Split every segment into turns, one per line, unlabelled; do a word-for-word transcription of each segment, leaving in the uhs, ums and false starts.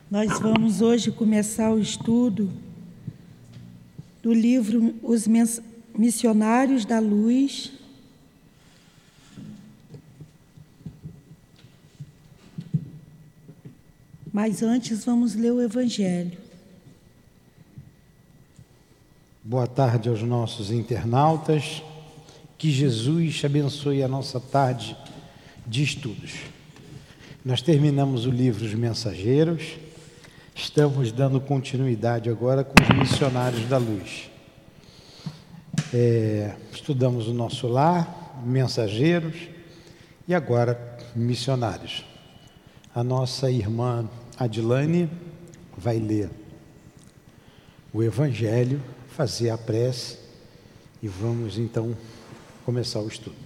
Nós vamos hoje começar o estudo do livro Os Missionários da Luz, mas antes vamos ler o Evangelho.
Boa tarde aos nossos internautas, que Jesus abençoe a nossa tarde de estudos. Nós terminamos o livro Os Mensageiros, estamos dando continuidade agora com os Missionários da Luz. É, estudamos o Nosso Lar, Mensageiros e agora Missionários. A nossa irmã Adilane vai ler o Evangelho, fazer a prece e vamos então começar o estudo.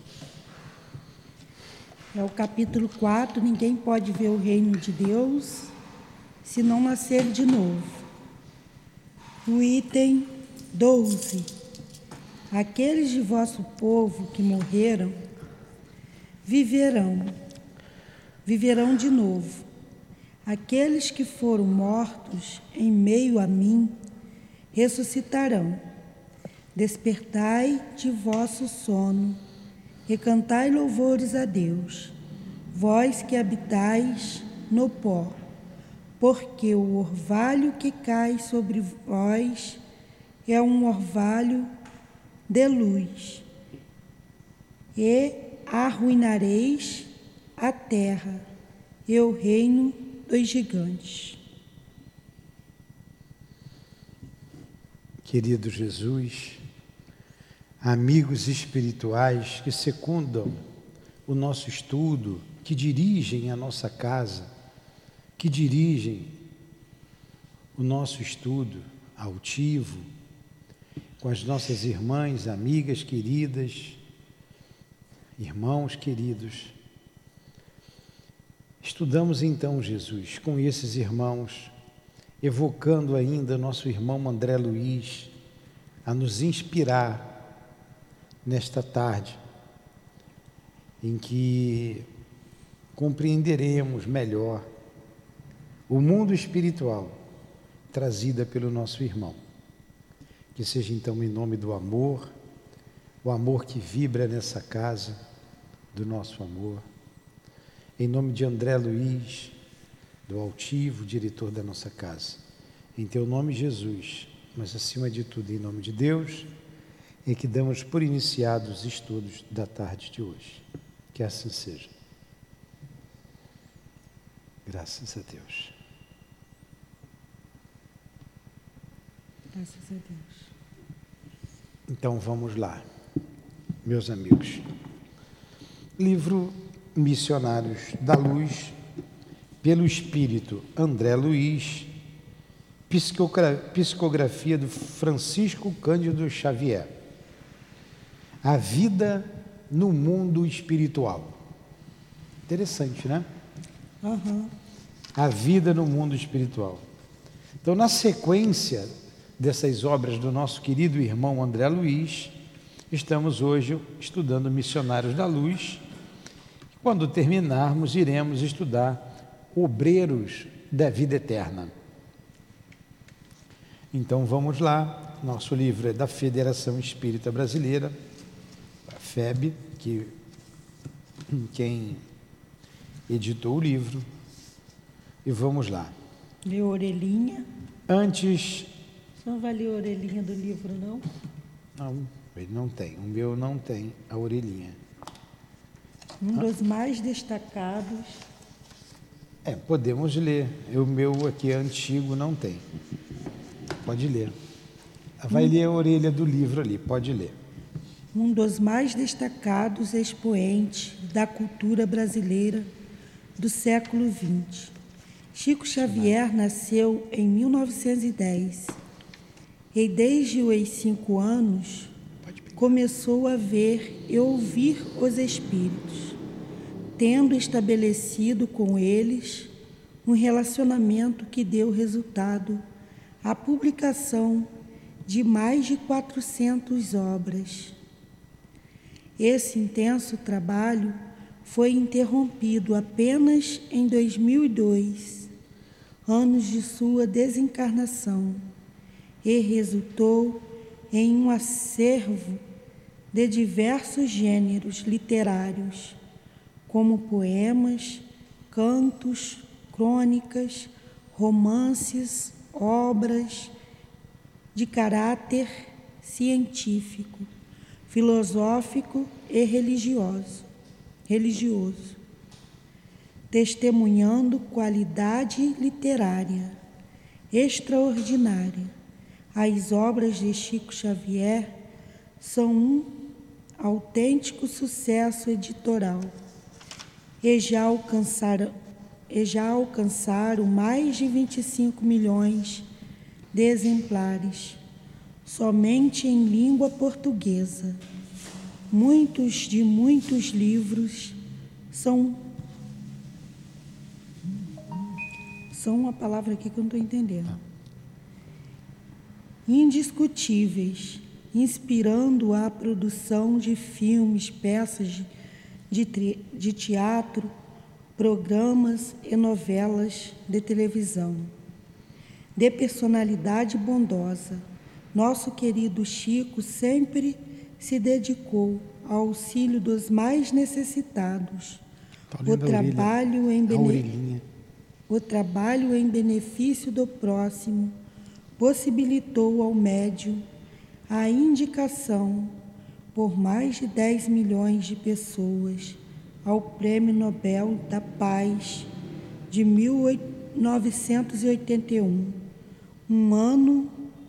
É o capítulo quatro, ninguém pode ver o reino de Deus se não nascer de novo. O item doze. Aqueles de vosso povo que morreram, viverão, viverão de novo. Aqueles que foram mortos em meio a mim, ressuscitarão. Despertai de vosso sono, e cantai louvores a Deus, vós que habitais no pó, porque o orvalho que cai sobre vós é um orvalho de luz, e arruinareis a terra e o reino dos gigantes.
Querido Jesus, amigos espirituais que secundam o nosso estudo, que dirigem a nossa casa, que dirigem o nosso estudo altivo, com as nossas irmãs, amigas queridas, irmãos queridos. Estudamos então, Jesus, com esses irmãos, evocando ainda nosso irmão André Luiz, a nos inspirar nesta tarde, em que compreenderemos melhor o mundo espiritual trazida pelo nosso irmão. Que seja então em nome do amor, o amor que vibra nessa casa, do nosso amor, em nome de André Luiz, do altivo, diretor da nossa casa. Em teu nome, Jesus, mas acima de tudo, em nome de Deus, em que damos por iniciados os estudos da tarde de hoje. Que assim seja. Graças a Deus.
Graças a Deus.
Então vamos lá, meus amigos. Livro Missionários da Luz, pelo Espírito André Luiz, psicografia do Francisco Cândido Xavier. A vida no mundo espiritual. Interessante, né?
Uhum.
A vida no mundo espiritual. Então, na sequência dessas obras do nosso querido irmão André Luiz, estamos hoje estudando Missionários da Luz. Quando terminarmos, iremos estudar Obreiros da Vida Eterna. Então vamos lá, nosso livro é da Federação Espírita Brasileira, a F E B, que quem editou o livro, e vamos lá.
Lê a orelhinha.
Antes...
Você não vai ler a orelhinha do livro, não?
Não, ele não tem, o meu não tem a orelhinha.
Um dos mais destacados.
É, podemos ler, o meu aqui antigo não tem. Pode ler. Vai ler a orelha do livro ali, pode ler.
Um dos mais destacados expoentes da cultura brasileira do século vinte. Chico Xavier nasceu em mil novecentos e dez e desde os cinco anos começou a ver e ouvir os espíritos, tendo estabelecido com eles um relacionamento que deu resultado à publicação de mais de quatrocentas obras. Esse intenso trabalho foi interrompido apenas em dois mil e dois, anos de sua desencarnação, e resultou em um acervo de diversos gêneros literários, como poemas, cantos, crônicas, romances, obras de caráter científico, filosófico e religioso, religioso, testemunhando qualidade literária extraordinária. As obras de Chico Xavier são um autêntico sucesso editoral e já alcançaram, e já alcançaram mais de vinte e cinco milhões de exemplares, somente em língua portuguesa. Muitos de muitos livros são... São uma palavra aqui que eu não estou entendendo. Indiscutíveis, inspirando a produção de filmes, peças de, de, de teatro, programas e novelas de televisão. De personalidade bondosa, nosso querido Chico sempre se dedicou ao auxílio dos mais necessitados. O trabalho, em bene... o trabalho em benefício do próximo possibilitou ao médium a indicação por mais de dez milhões de pessoas ao Prêmio Nobel da Paz de mil novecentos e oitenta e um, um ano,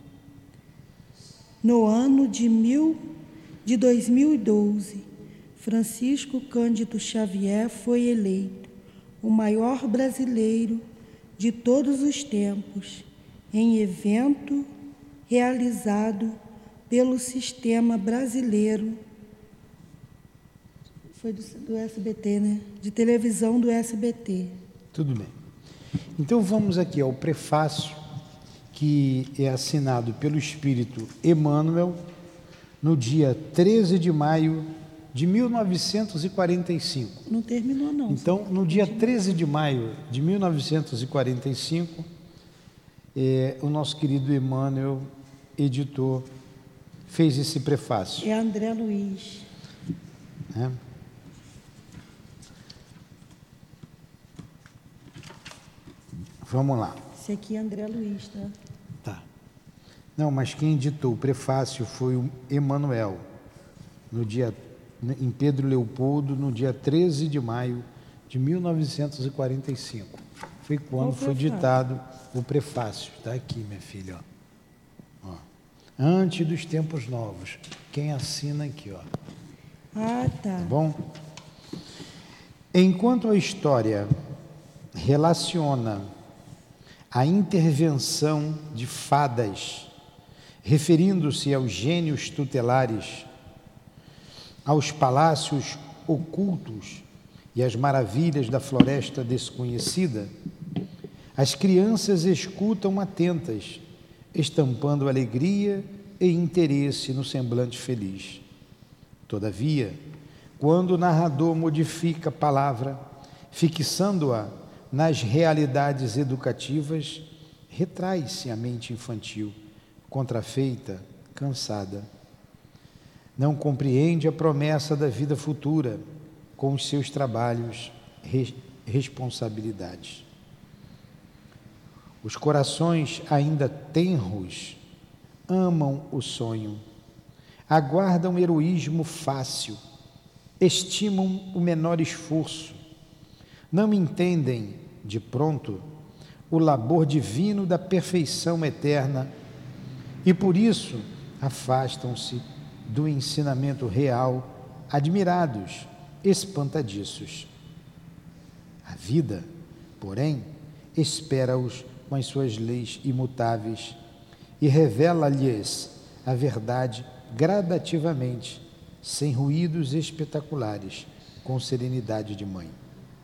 no ano de, mil, de dois mil e doze, Francisco Cândido Xavier foi eleito o maior brasileiro de todos os tempos, em evento realizado pelo Sistema Brasileiro, foi do, do S B T, né? De televisão do S B T.
Tudo bem. Então vamos aqui ao prefácio, que é assinado pelo Espírito Emmanuel, no dia treze de maio de mil novecentos e quarenta e cinco.
Não terminou, não.
Então, no dia treze de maio de mil novecentos e quarenta e cinco, é, o nosso querido Emmanuel, editor, fez esse prefácio.
É André Luiz.
É. Vamos lá.
Esse aqui é André Luiz, tá?
Tá. Não, mas quem editou o prefácio foi o Emmanuel, no dia em Pedro Leopoldo, no dia treze de maio de mil novecentos e quarenta e cinco. Foi quando foi ditado o prefácio. Está aqui, minha filha. Ó. Ó. Antes dos tempos novos. Quem assina aqui, ó.
Ah, tá.
Tá bom? Enquanto a história relaciona a intervenção de fadas, referindo-se aos gênios tutelares, aos palácios ocultos e às maravilhas da floresta desconhecida, as crianças escutam atentas, estampando alegria e interesse no semblante feliz. Todavia, quando o narrador modifica a palavra, fixando-a nas realidades educativas, retrai-se a mente infantil, contrafeita, cansada. Não compreende a promessa da vida futura com os seus trabalhos, res, responsabilidades. Os corações ainda tenros amam o sonho, aguardam heroísmo fácil, estimam o menor esforço, não entendem, de pronto, o labor divino da perfeição eterna e, por isso, afastam-se do ensinamento real, admirados, espantadiços. A vida, porém, espera-os com as suas leis imutáveis e revela-lhes a verdade gradativamente, sem ruídos espetaculares, com serenidade de mãe.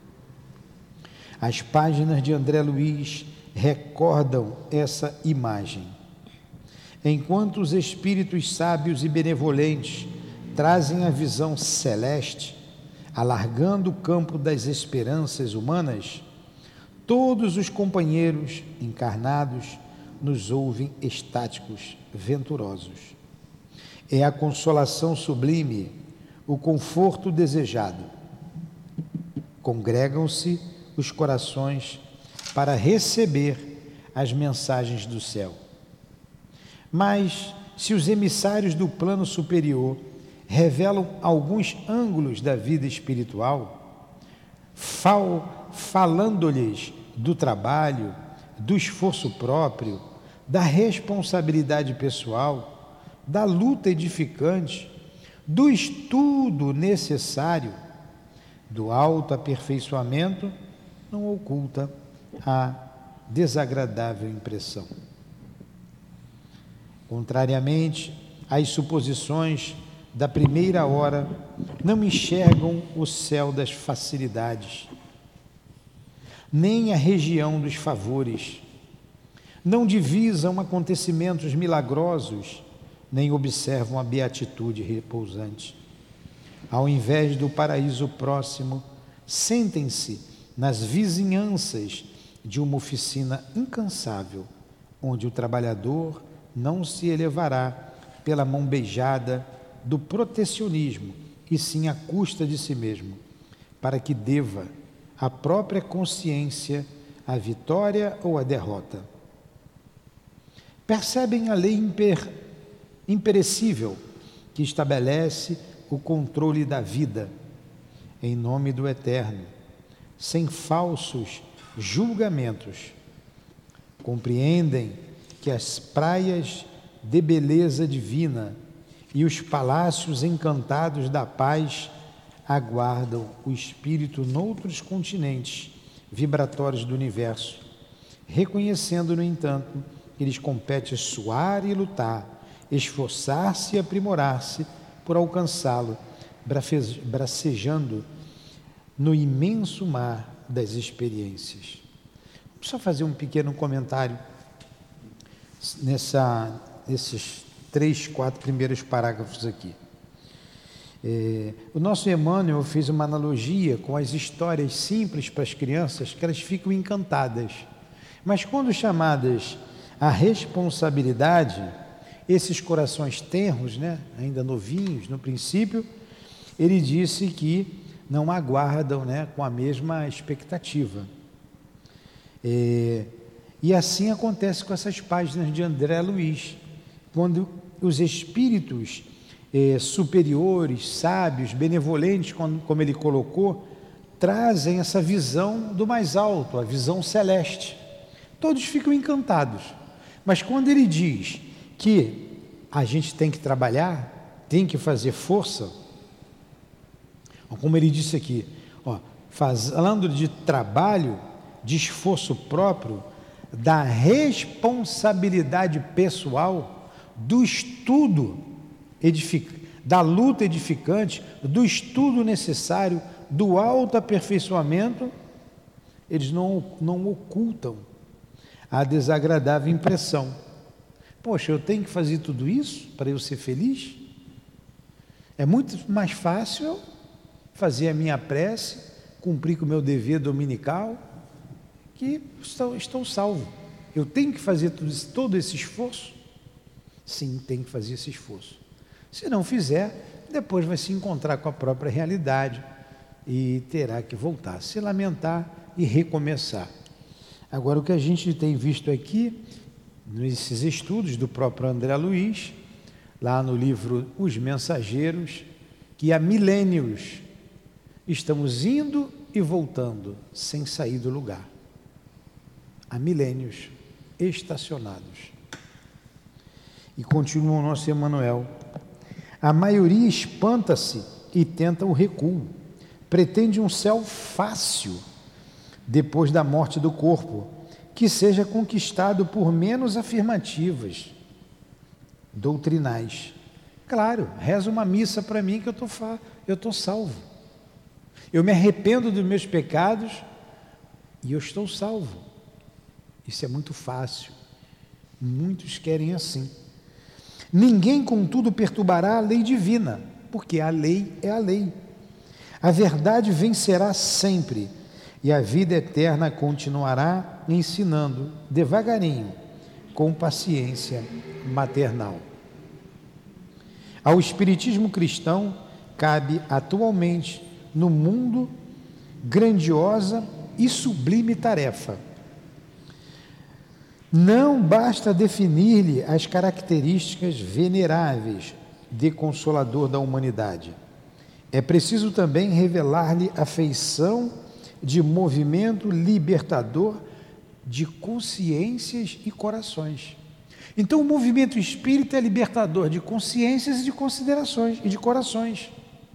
As páginas de André Luiz recordam essa imagem. Enquanto os espíritos sábios e benevolentes trazem a visão celeste, alargando o campo das esperanças humanas, todos os companheiros encarnados nos ouvem estáticos, venturosos. É a consolação sublime, o conforto desejado. Congregam-se os corações para receber as mensagens do céu. Mas, se os emissários do plano superior revelam alguns ângulos da vida espiritual, fal, falando-lhes do trabalho, do esforço próprio, da responsabilidade pessoal, da luta edificante, do estudo necessário, do autoaperfeiçoamento, não oculta a desagradável impressão. Contrariamente às suposições da primeira hora, não enxergam o céu das facilidades, nem a região dos favores, não divisam acontecimentos milagrosos, nem observam a beatitude repousante. Ao invés do paraíso próximo, sentem-se nas vizinhanças de uma oficina incansável, onde o trabalhador não se elevará pela mão beijada do protecionismo, e sim à custa de si mesmo, para que deva à própria consciência a vitória ou a derrota. Percebem a lei imper, imperecível que estabelece o controle da vida, em nome do Eterno, sem falsos julgamentos. Compreendem que as praias de beleza divina e os palácios encantados da paz aguardam o espírito noutros continentes vibratórios do universo, reconhecendo, no entanto, que lhes compete suar e lutar, esforçar-se e aprimorar-se por alcançá-lo, bracejando no imenso mar das experiências. Vamos só fazer um pequeno comentário nessa, nesses três, quatro primeiros parágrafos aqui. É, o nosso Emmanuel fez uma analogia com as histórias simples para as crianças, que elas ficam encantadas, mas quando chamadas à responsabilidade, esses corações tenros, né, ainda novinhos no princípio, ele disse que não aguardam, né, com a mesma expectativa. É, e assim acontece com essas páginas de André Luiz, quando os espíritos eh, superiores, sábios, benevolentes, como, como ele colocou, trazem essa visão do mais alto, a visão celeste. Todos ficam encantados, mas quando ele diz que a gente tem que trabalhar, tem que fazer força, como ele disse aqui, ó, falando de trabalho, de esforço próprio, da responsabilidade pessoal, do estudo edificante, da luta edificante, do estudo necessário, do autoaperfeiçoamento, eles não, não ocultam a desagradável impressão. Poxa, eu tenho que fazer tudo isso para eu ser feliz? É muito mais fácil fazer a minha prece, cumprir com o meu dever dominical, que estou, estou salvo. Eu tenho que fazer tudo, todo esse esforço? Sim, tem que fazer esse esforço. Se não fizer, depois vai se encontrar com a própria realidade e terá que voltar, se lamentar e recomeçar. Agora, o que a gente tem visto aqui, nesses estudos do próprio André Luiz, lá no livro Os Mensageiros, que há milênios estamos indo e voltando sem sair do lugar. Há milênios estacionados. E continua o nosso Emmanuel. A maioria espanta-se e tenta o recuo. Pretende um céu fácil depois da morte do corpo, que seja conquistado por menos afirmativas doutrinais. Claro, reza uma missa para mim que eu tô fa... eu estou salvo. Eu me arrependo dos meus pecados e eu estou salvo. Isso é muito fácil. Muitos querem assim. Ninguém, contudo, perturbará a lei divina, porque a lei é a lei. A verdade vencerá sempre, e a vida eterna continuará ensinando devagarinho, com paciência maternal. Ao espiritismo cristão cabe atualmente no mundo grandiosa e sublime tarefa. Não basta definir-lhe as características veneráveis de consolador da humanidade. É preciso também revelar-lhe a feição de movimento libertador de consciências e corações. Então, o movimento espírita é libertador de consciências e de considerações e de corações.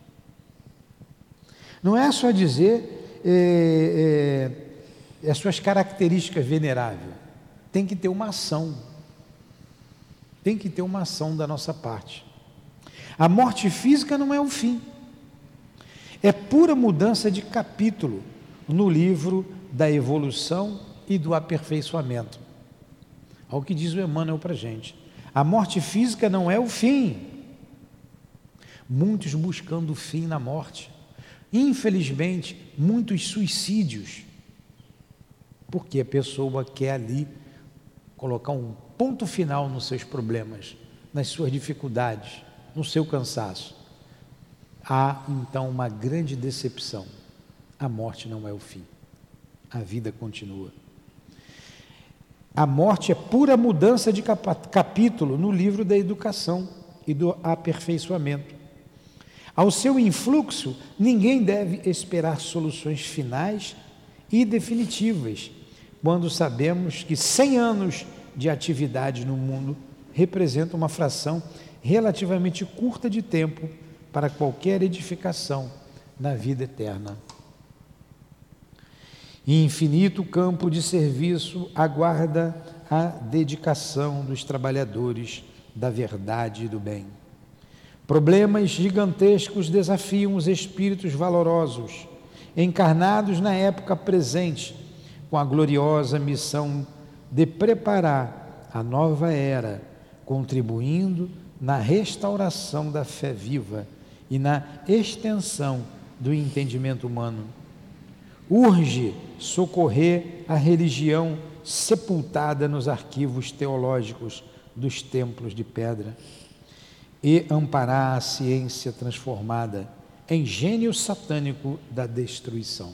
Não é só dizer é, é, as suas características veneráveis. Tem que ter uma ação. Tem que ter uma ação da nossa parte. A morte física não é o fim. É pura mudança de capítulo no livro da evolução e do aperfeiçoamento. Ao que diz o Emmanuel para a gente. A morte física não é o fim. Muitos buscando o fim na morte. Infelizmente, muitos suicídios. Porque a pessoa quer ali colocar um ponto final nos seus problemas, nas suas dificuldades, no seu cansaço. Há então uma grande decepção. A morte não é o fim. A vida continua. A morte é pura mudança de capítulo no livro da educação e do aperfeiçoamento. Ao seu influxo, ninguém deve esperar soluções finais e definitivas, quando sabemos que cem anos de atividade no mundo representam uma fração relativamente curta de tempo para qualquer edificação na vida eterna. E infinito campo de serviço aguarda a dedicação dos trabalhadores da verdade e do bem. Problemas gigantescos desafiam os espíritos valorosos, encarnados na época presente, com a gloriosa missão de preparar a nova era, contribuindo na restauração da fé viva e na extensão do entendimento humano. Urge socorrer a religião sepultada nos arquivos teológicos dos templos de pedra e amparar a ciência transformada em gênio satânico da destruição.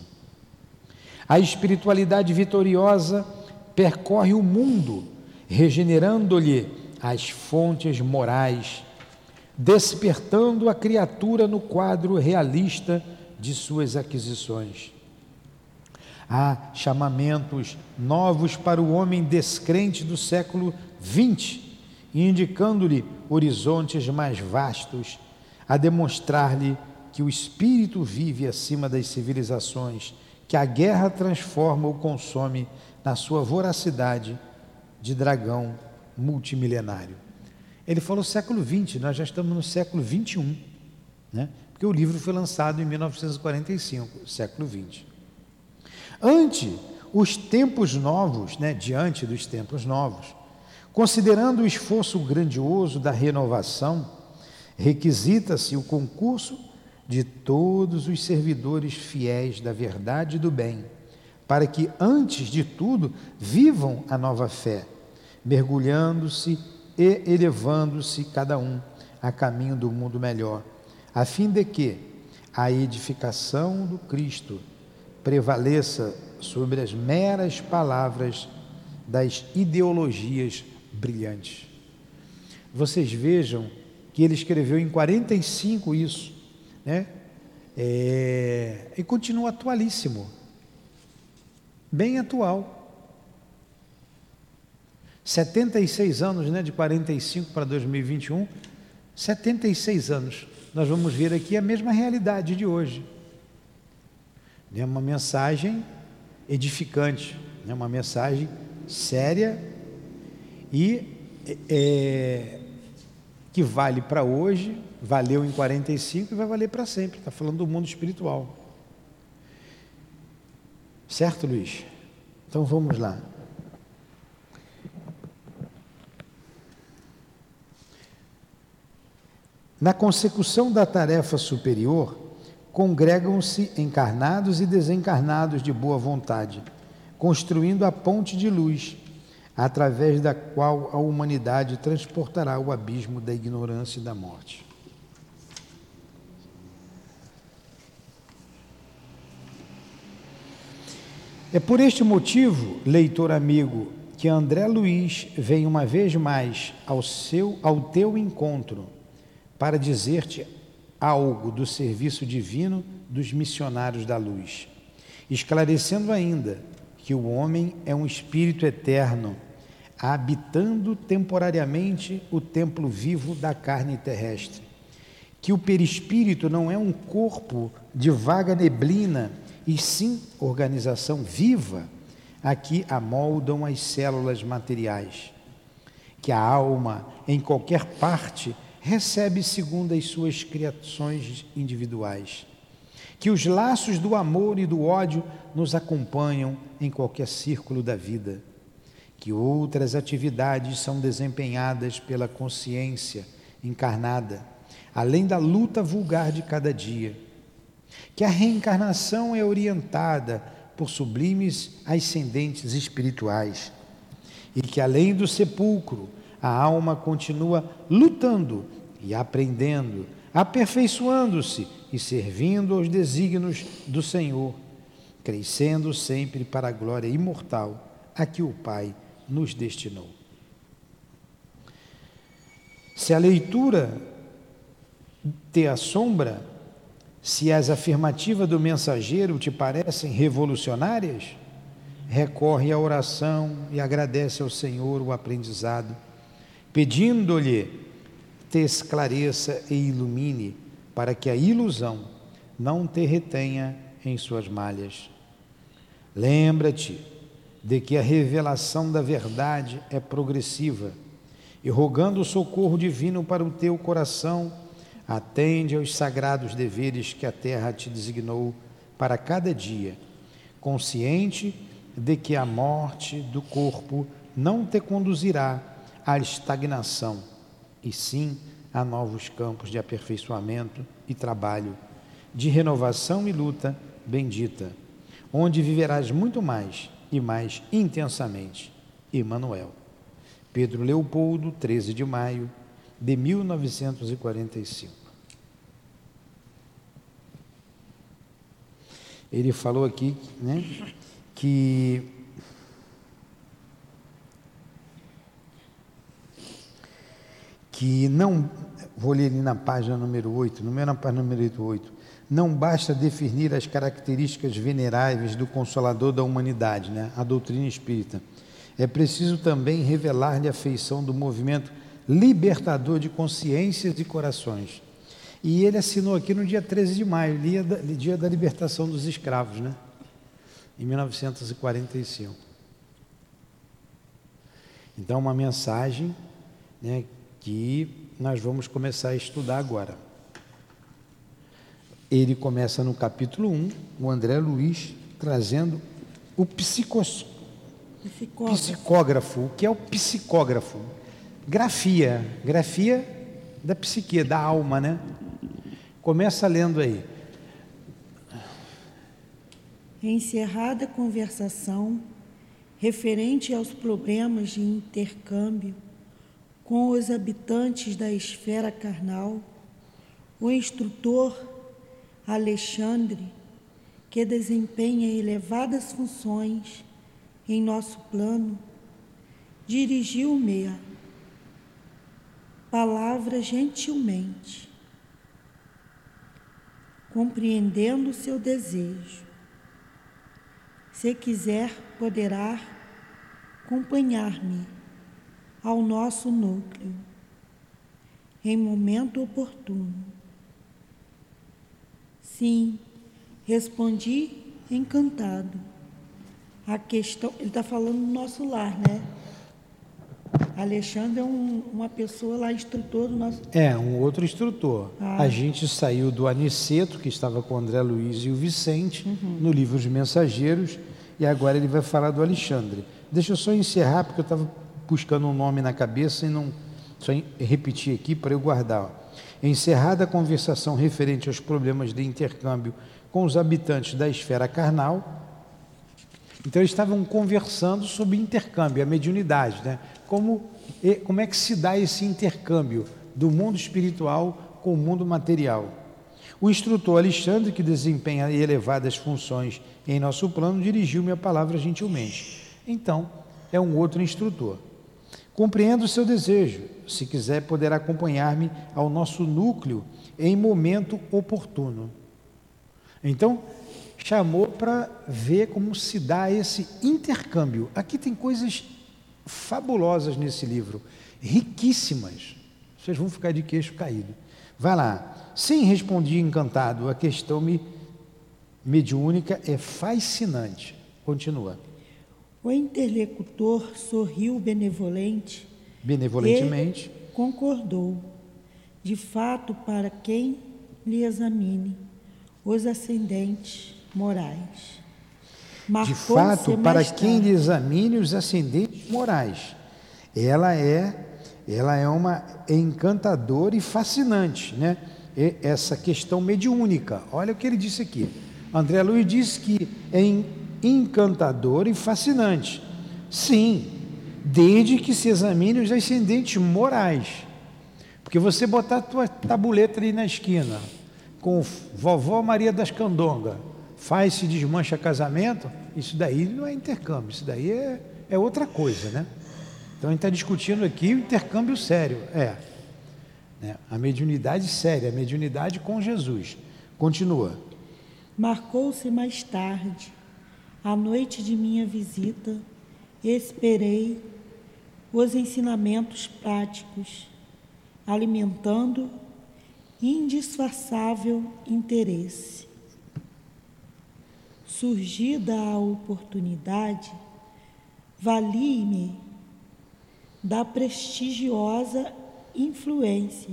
A espiritualidade vitoriosa percorre o mundo, regenerando-lhe as fontes morais, despertando a criatura no quadro realista de suas aquisições. Há chamamentos novos para o homem descrente do século vinte, indicando-lhe horizontes mais vastos, a demonstrar-lhe que o espírito vive acima das civilizações, que a guerra transforma ou consome na sua voracidade de dragão multimilenário. Ele falou século vinte, nós já estamos no século vinte e um, né? Porque o livro foi lançado em mil novecentos e quarenta e cinco, século vinte. Ante os tempos novos, né, diante dos tempos novos, considerando o esforço grandioso da renovação, requisita-se o concurso de todos os servidores fiéis da verdade e do bem, para que, antes de tudo, vivam a nova fé, mergulhando-se e elevando-se cada um a caminho do mundo melhor, a fim de que a edificação do Cristo prevaleça sobre as meras palavras das ideologias brilhantes. Vocês vejam que ele escreveu em quarenta e cinco isso, né? É, e continua atualíssimo, bem atual. setenta e seis anos, né? De quarenta e cinco para dois mil e vinte e um, setenta e seis anos. Nós vamos ver aqui a mesma realidade de hoje. É uma mensagem edificante, é uma mensagem séria e é, que vale para hoje, valeu em quarenta e cinco e vai valer para sempre. Está falando do mundo espiritual. Certo, Luiz? Então vamos lá. Na consecução da tarefa superior, congregam-se encarnados e desencarnados de boa vontade, construindo a ponte de luz, através da qual a humanidade transportará o abismo da ignorância e da morte. É por este motivo, leitor amigo, que André Luiz vem uma vez mais ao, seu, ao teu encontro para dizer-te algo do serviço divino dos missionários da luz, esclarecendo ainda que o homem é um espírito eterno, habitando temporariamente o templo vivo da carne terrestre, que o perispírito não é um corpo de vaga neblina, e sim organização viva, a que amoldam as células materiais, que a alma, em qualquer parte, recebe segundo as suas criações individuais, que os laços do amor e do ódio nos acompanham em qualquer círculo da vida, que outras atividades são desempenhadas pela consciência encarnada, além da luta vulgar de cada dia, que a reencarnação é orientada por sublimes ascendentes espirituais e que além do sepulcro, a alma continua lutando e aprendendo, aperfeiçoando-se e servindo aos desígnios do Senhor, crescendo sempre para a glória imortal a que o Pai nos destinou. Se a leitura te assombra, se as afirmativas do mensageiro te parecem revolucionárias, recorre à oração e agradece ao Senhor o aprendizado, pedindo-lhe te esclareça e ilumine, para que a ilusão não te retenha em suas malhas. Lembra-te de que a revelação da verdade é progressiva, e rogando o socorro divino para o teu coração, atende aos sagrados deveres que a terra te designou para cada dia, consciente de que a morte do corpo não te conduzirá à estagnação, e sim a novos campos de aperfeiçoamento e trabalho, de renovação e luta bendita, onde viverás muito mais e mais intensamente. Emmanuel. Pedro Leopoldo, treze de maio de mil novecentos e quarenta e cinco. Ele falou aqui, né, que que não, vou ler ali na página número oito, no meu na página número oito, não basta definir as características veneráveis do Consolador da humanidade, né, a doutrina espírita. É preciso também revelar-lhe a feição do movimento libertador de consciências e corações. E ele assinou aqui no dia treze de maio, dia da, dia da libertação dos escravos, né? Em mil novecentos e quarenta e cinco. Então, uma mensagem, né, que nós vamos começar a estudar agora. Ele começa no capítulo um, o André Luiz, trazendo o psicos... psicógrafo. psicógrafo. O que é o psicógrafo? Grafia, grafia da psique, da alma, né? Começa lendo aí.
Encerrada a conversação referente aos problemas de intercâmbio com os habitantes da esfera carnal, o instrutor Alexandre, que desempenha elevadas funções em nosso plano, dirigiu-me a palavra gentilmente, compreendendo o seu desejo. Se quiser, poderá acompanhar-me ao nosso núcleo em momento oportuno. Sim, respondi encantado. A questão, ele está falando do nosso lar, né? Alexandre é um, uma pessoa lá, instrutor do nosso...
É, um outro instrutor.
Ah.
A gente saiu do Aniceto, que estava com o André Luiz e o Vicente, uhum, no livro Os Mensageiros, e agora ele vai falar do Alexandre. Deixa eu só encerrar, porque eu estava buscando um nome na cabeça e não... Só repetir aqui para eu guardar. Ó. Encerrada a conversação referente aos problemas de intercâmbio com os habitantes da esfera carnal, então eles estavam conversando sobre intercâmbio, a mediunidade, né? Como, como é que se dá esse intercâmbio do mundo espiritual com o mundo material. O instrutor Alexandre, que desempenha elevadas funções em nosso plano, dirigiu-me a palavra gentilmente. Então, é um outro instrutor. Compreendo o seu desejo. Se quiser, poderá acompanhar-me ao nosso núcleo em momento oportuno. Então, chamou para ver como se dá esse intercâmbio. Aqui tem coisas fabulosas nesse livro, riquíssimas. Vocês vão ficar de queixo caído. Vai lá. Sim, respondi encantado. A questão me, mediúnica é fascinante. Continua.
O interlocutor sorriu benevolente.
Benevolentemente.
E concordou. De fato, para quem lhe examine os ascendentes morais.
De fato, para quem lhe examine os ascendentes morais. Ela é, ela é uma encantadora e fascinante, né? E essa questão mediúnica. Olha o que ele disse aqui. André Luiz disse que é encantador e fascinante. Sim, desde que se examine os ascendentes morais. Porque você botar a tua tabuleta ali na esquina, com vovó Maria das Candonga, faz se desmancha casamento, isso daí não é intercâmbio, isso daí é, é outra coisa, né? Então a gente está discutindo aqui o intercâmbio sério, é, né? A mediunidade séria, a mediunidade com Jesus. Continua.
Marcou-se mais tarde, à noite de minha visita, esperei os ensinamentos práticos, alimentando indisfarçável interesse. Surgida a oportunidade, vali-me da prestigiosa influência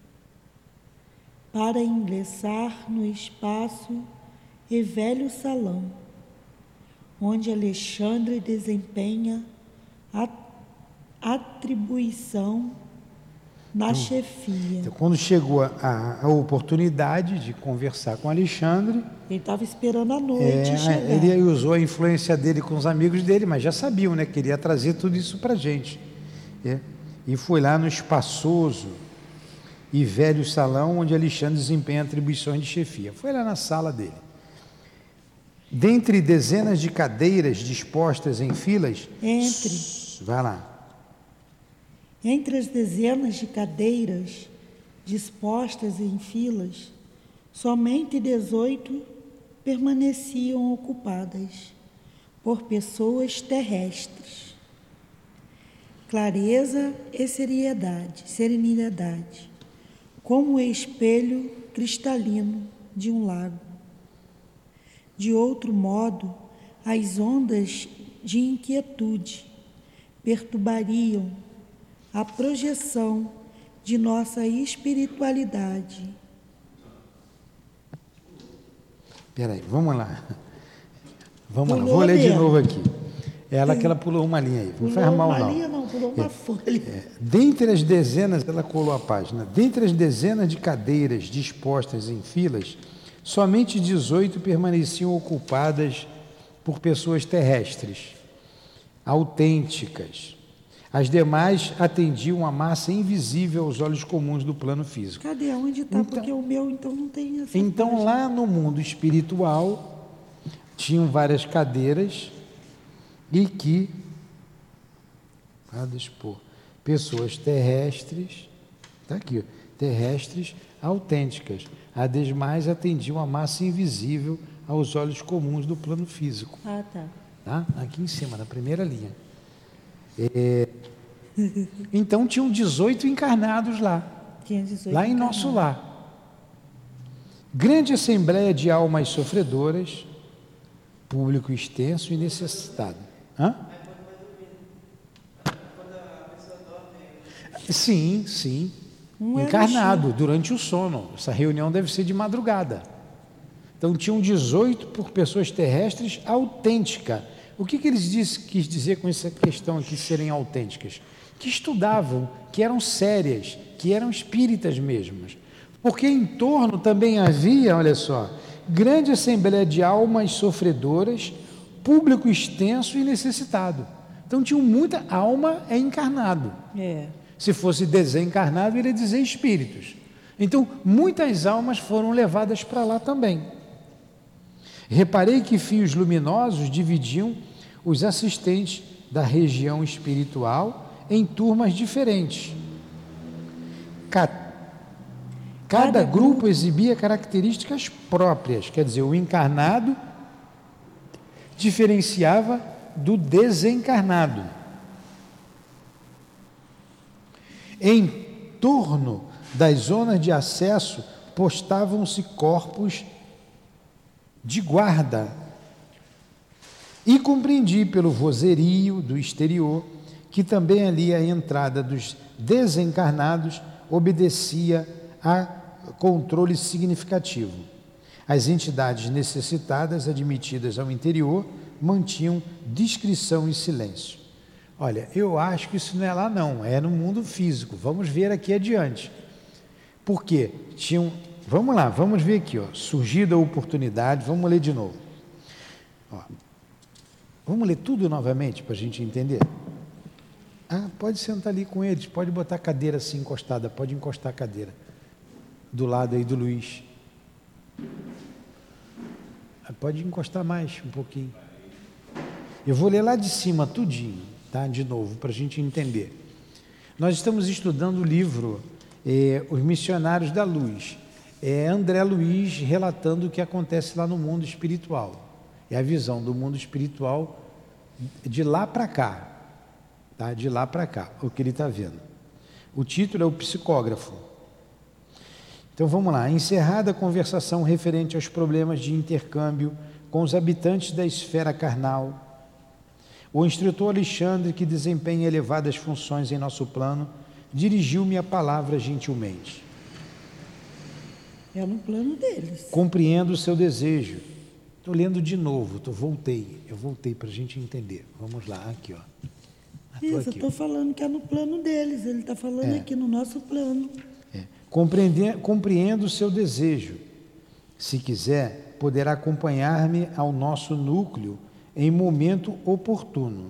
para ingressar no espaço e velho salão, onde Alexandre desempenha a atribuição na
então,
chefia.
Então, quando chegou a, a oportunidade de conversar com Alexandre,
ele estava esperando a noite
é,
chegar.
Ele usou a influência dele com os amigos dele, mas já sabiam, né, que ele ia trazer tudo isso para a gente. É, e foi lá no espaçoso e velho salão onde Alexandre desempenha atribuições de chefia. Foi lá na sala dele. Dentre dezenas de cadeiras dispostas em filas...
Entre...
Vai lá.
Entre as dezenas de cadeiras dispostas em filas, somente dezoito permaneciam ocupadas por pessoas terrestres. Clareza e seriedade, serenidade, como o espelho cristalino de um lago. De outro modo, as ondas de inquietude perturbariam a projeção de nossa espiritualidade.
Espera aí, vamos lá. Vamos
Pulou
lá, vou ler de
mesmo.
novo aqui. Ela que ela pulou uma linha aí, não
Pulou
faz mal
uma
não.
linha, não, pulou uma
É,
folha.
é, dentre as dezenas, ela colou a página, dentre as dezenas de cadeiras dispostas em filas, somente dezoito permaneciam ocupadas por pessoas terrestres, autênticas. As demais atendiam a massa invisível aos olhos comuns do plano físico.
Cadê? Onde está?
Então-
Porque o meu, então, não tem essa
Então,
página.
lá no mundo espiritual, tinham várias cadeiras e que, a dispor, pessoas terrestres, está aqui, ó, terrestres autênticas. As demais atendiam a massa invisível aos olhos comuns do plano físico.
Ah, tá.
Tá? Aqui em cima, na primeira linha. É, então tinham dezoito encarnados lá,
Tinha dezoito
lá em
encarnados.
nosso lar. Grande assembleia de almas sofredoras, público extenso e necessitado. Hã? Sim, sim.
Um era
Encarnado, durante o sono. Essa reunião deve ser de madrugada. Então tinham dezoito por pessoas terrestres autênticas. O que, que eles diz, quis dizer com essa questão aqui de serem autênticas? Que estudavam, que eram sérias, que eram espíritas mesmas. Porque em torno também havia, olha só, grande assembleia de almas sofredoras, público extenso e necessitado. Então tinha muita alma é encarnado.
É.
Se fosse desencarnado, iria dizer espíritos. Então, muitas almas foram levadas para lá também. Reparei que fios luminosos dividiam os assistentes da região espiritual em turmas diferentes. Cada, Cada grupo exibia características próprias, quer dizer, o encarnado diferenciava do desencarnado. Em torno das zonas de acesso postavam-se corpos de guarda, e compreendi pelo vozerio do exterior que também ali a entrada dos desencarnados obedecia a controle significativo. As entidades necessitadas admitidas ao interior mantinham discrição e silêncio. Olha, eu acho que isso não é lá não, é no mundo físico. Vamos ver aqui adiante. Por quê? Tinham, vamos lá, vamos ver aqui, ó, surgida a oportunidade, vamos ler de novo. Ó, vamos ler tudo novamente para a gente entender? Ah, pode sentar ali com eles, pode botar a cadeira assim encostada, pode encostar a cadeira do lado aí do Luiz. Pode encostar mais um pouquinho. Eu vou ler lá de cima tudinho, tá? De novo, para a gente entender. Nós estamos estudando o livro eh, Os Missionários da Luz. É André Luiz relatando o que acontece lá no mundo espiritual. É a visão do mundo espiritual de lá para cá, tá? De lá para cá, o que ele está vendo. O título é O Psicógrafo. Então vamos lá, encerrada a conversação referente aos problemas de intercâmbio com os habitantes da esfera carnal, o instrutor Alexandre, que desempenha elevadas funções em nosso plano, dirigiu-me a palavra gentilmente.
É no plano deles.
Compreendo o seu desejo. Estou lendo de novo, tô, voltei, eu voltei para a gente entender. Vamos lá, aqui ó. Ah,
Isso,
aqui,
eu estou falando que é no plano deles, ele está falando
é.
aqui no nosso plano.
É. Compreende, compreendo o seu desejo. Se quiser, poderá acompanhar-me ao nosso núcleo em momento oportuno.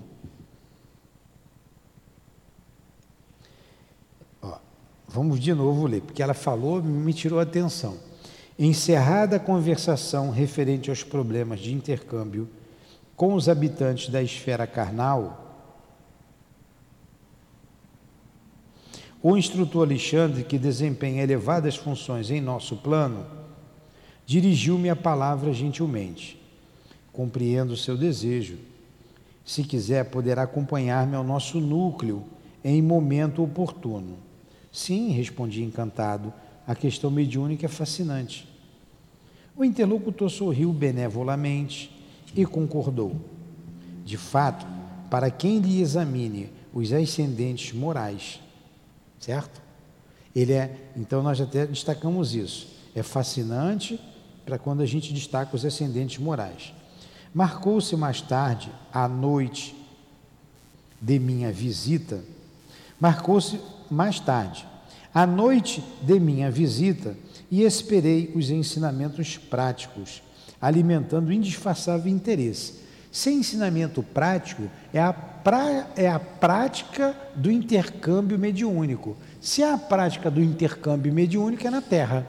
Ó, vamos de novo ler, porque ela falou e me tirou a atenção. Encerrada a conversação referente aos problemas de intercâmbio com os habitantes da esfera carnal, o instrutor Alexandre, que desempenha elevadas funções em nosso plano, dirigiu-me a palavra gentilmente. Compreendo o seu desejo. Se quiser, poderá acompanhar-me ao nosso núcleo em momento oportuno. Sim, respondi encantado, a questão mediúnica é fascinante. O interlocutor sorriu benevolamente e concordou. De fato, para quem lhe examine os ascendentes morais, certo? Ele é, então nós até destacamos isso. É fascinante para quando a gente destaca os ascendentes morais. Marcou-se mais tarde, à noite de minha visita, marcou-se mais tarde, à noite de minha visita, e esperei os ensinamentos práticos, alimentando indisfarçável interesse. Sem ensinamento prático, é a, pra, é a prática do intercâmbio mediúnico. Se é a prática do intercâmbio mediúnico, é na Terra,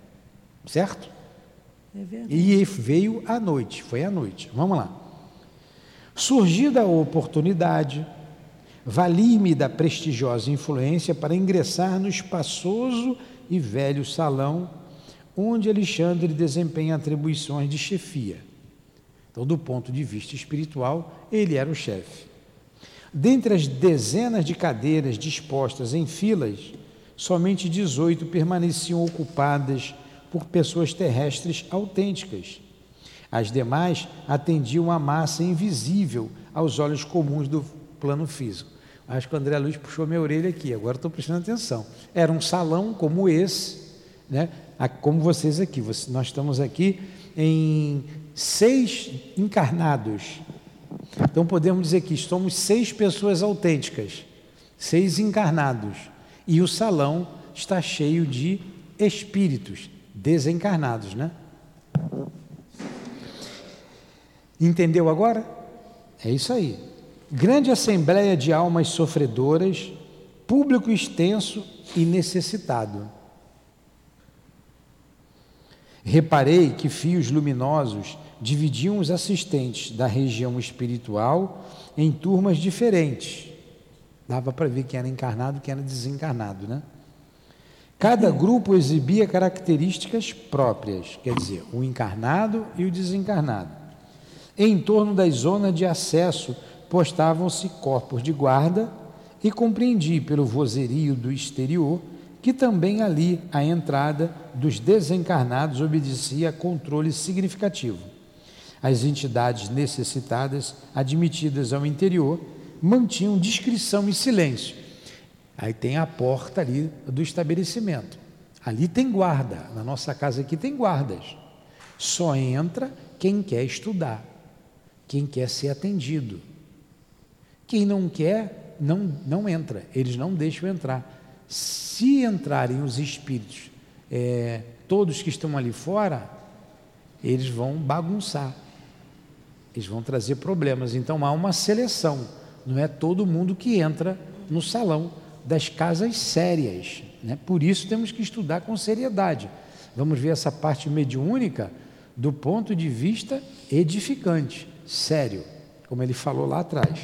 certo?
É verdade.
E veio à noite, foi à noite. Vamos lá. Surgida a oportunidade, vali-me da prestigiosa influência para ingressar no espaçoso e velho salão, onde Alexandre desempenha atribuições de chefia. Então, do ponto de vista espiritual, ele era o chefe. Dentre as dezenas de cadeiras dispostas em filas, somente dezoito permaneciam ocupadas por pessoas terrestres autênticas. As demais atendiam a massa invisível aos olhos comuns do plano físico. Acho que o André Luiz puxou minha orelha aqui, agora estou prestando atenção. Era um salão como esse, né? Como vocês aqui. Nós estamos aqui em seis encarnados. Então podemos dizer que somos seis pessoas autênticas, seis encarnados. E o salão está cheio de espíritos desencarnados, né? Entendeu agora? É isso aí. Grande assembleia de almas sofredoras, público extenso e necessitado. Reparei que fios luminosos dividiam os assistentes da região espiritual em turmas diferentes. Dava para ver quem era encarnado e quem era desencarnado, né? Cada grupo exibia características próprias, quer dizer, o encarnado e o desencarnado. Em torno das zonas de acesso postavam-se corpos de guarda e compreendi pelo vozerio do exterior que também ali a entrada dos desencarnados obedecia a controle significativo. As entidades necessitadas, admitidas ao interior, mantinham discrição e silêncio. Aí tem a porta ali do estabelecimento. Ali tem guarda, na nossa casa aqui tem guardas. Só entra quem quer estudar, quem quer ser atendido. Quem não quer, não, não entra, eles não deixam entrar. Se entrarem os espíritos, é, todos que estão ali fora, eles vão bagunçar, eles vão trazer problemas. Então há uma seleção, não é todo mundo que entra no salão das casas sérias, né? Por isso temos que estudar com seriedade. Vamos ver essa parte mediúnica do ponto de vista edificante, sério, como ele falou lá atrás.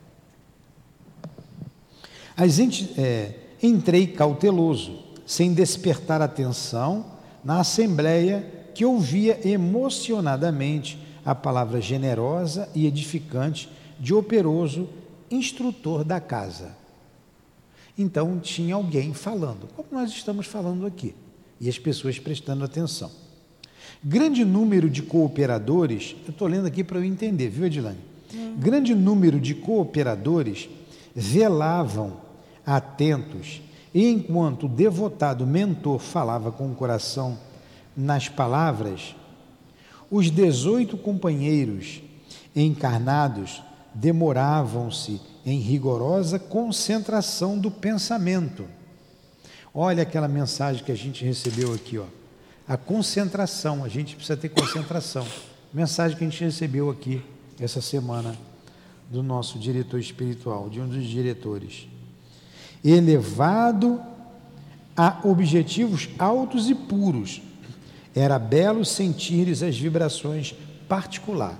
As enti- é, entrei cauteloso, sem despertar atenção, na assembleia que ouvia emocionadamente a palavra generosa e edificante de operoso instrutor da casa. Então tinha alguém falando, como nós estamos falando aqui, e as pessoas prestando atenção. Grande número de cooperadores, eu estou lendo aqui para eu entender, viu, Edilane? Hum. Grande número de cooperadores velavam atentos, e enquanto o devotado mentor falava com o coração nas palavras, os dezoito companheiros encarnados demoravam-se em rigorosa concentração do pensamento. Olha aquela mensagem que a gente recebeu aqui, ó. A concentração, a gente precisa ter concentração. Mensagem que a gente recebeu aqui essa semana do nosso diretor espiritual, de um dos diretores. Elevado a objetivos altos e puros, era belo sentir-lhes as vibrações particular.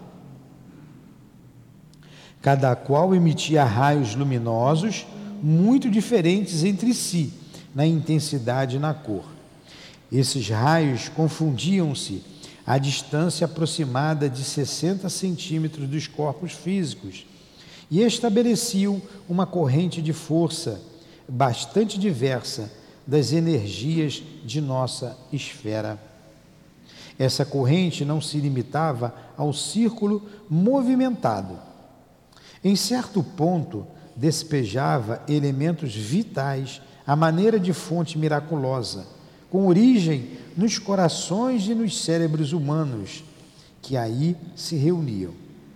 Cada qual emitia raios luminosos muito diferentes entre si, na intensidade e na cor. Esses raios confundiam-se à distância aproximada de sessenta centímetros dos corpos físicos e estabeleciam uma corrente de força bastante diversa das energias de nossa esfera. Essa corrente não se limitava ao círculo movimentado. Em certo ponto, despejava elementos vitais à maneira de fonte miraculosa, com origem nos corações e nos cérebros humanos, que aí se reuniam.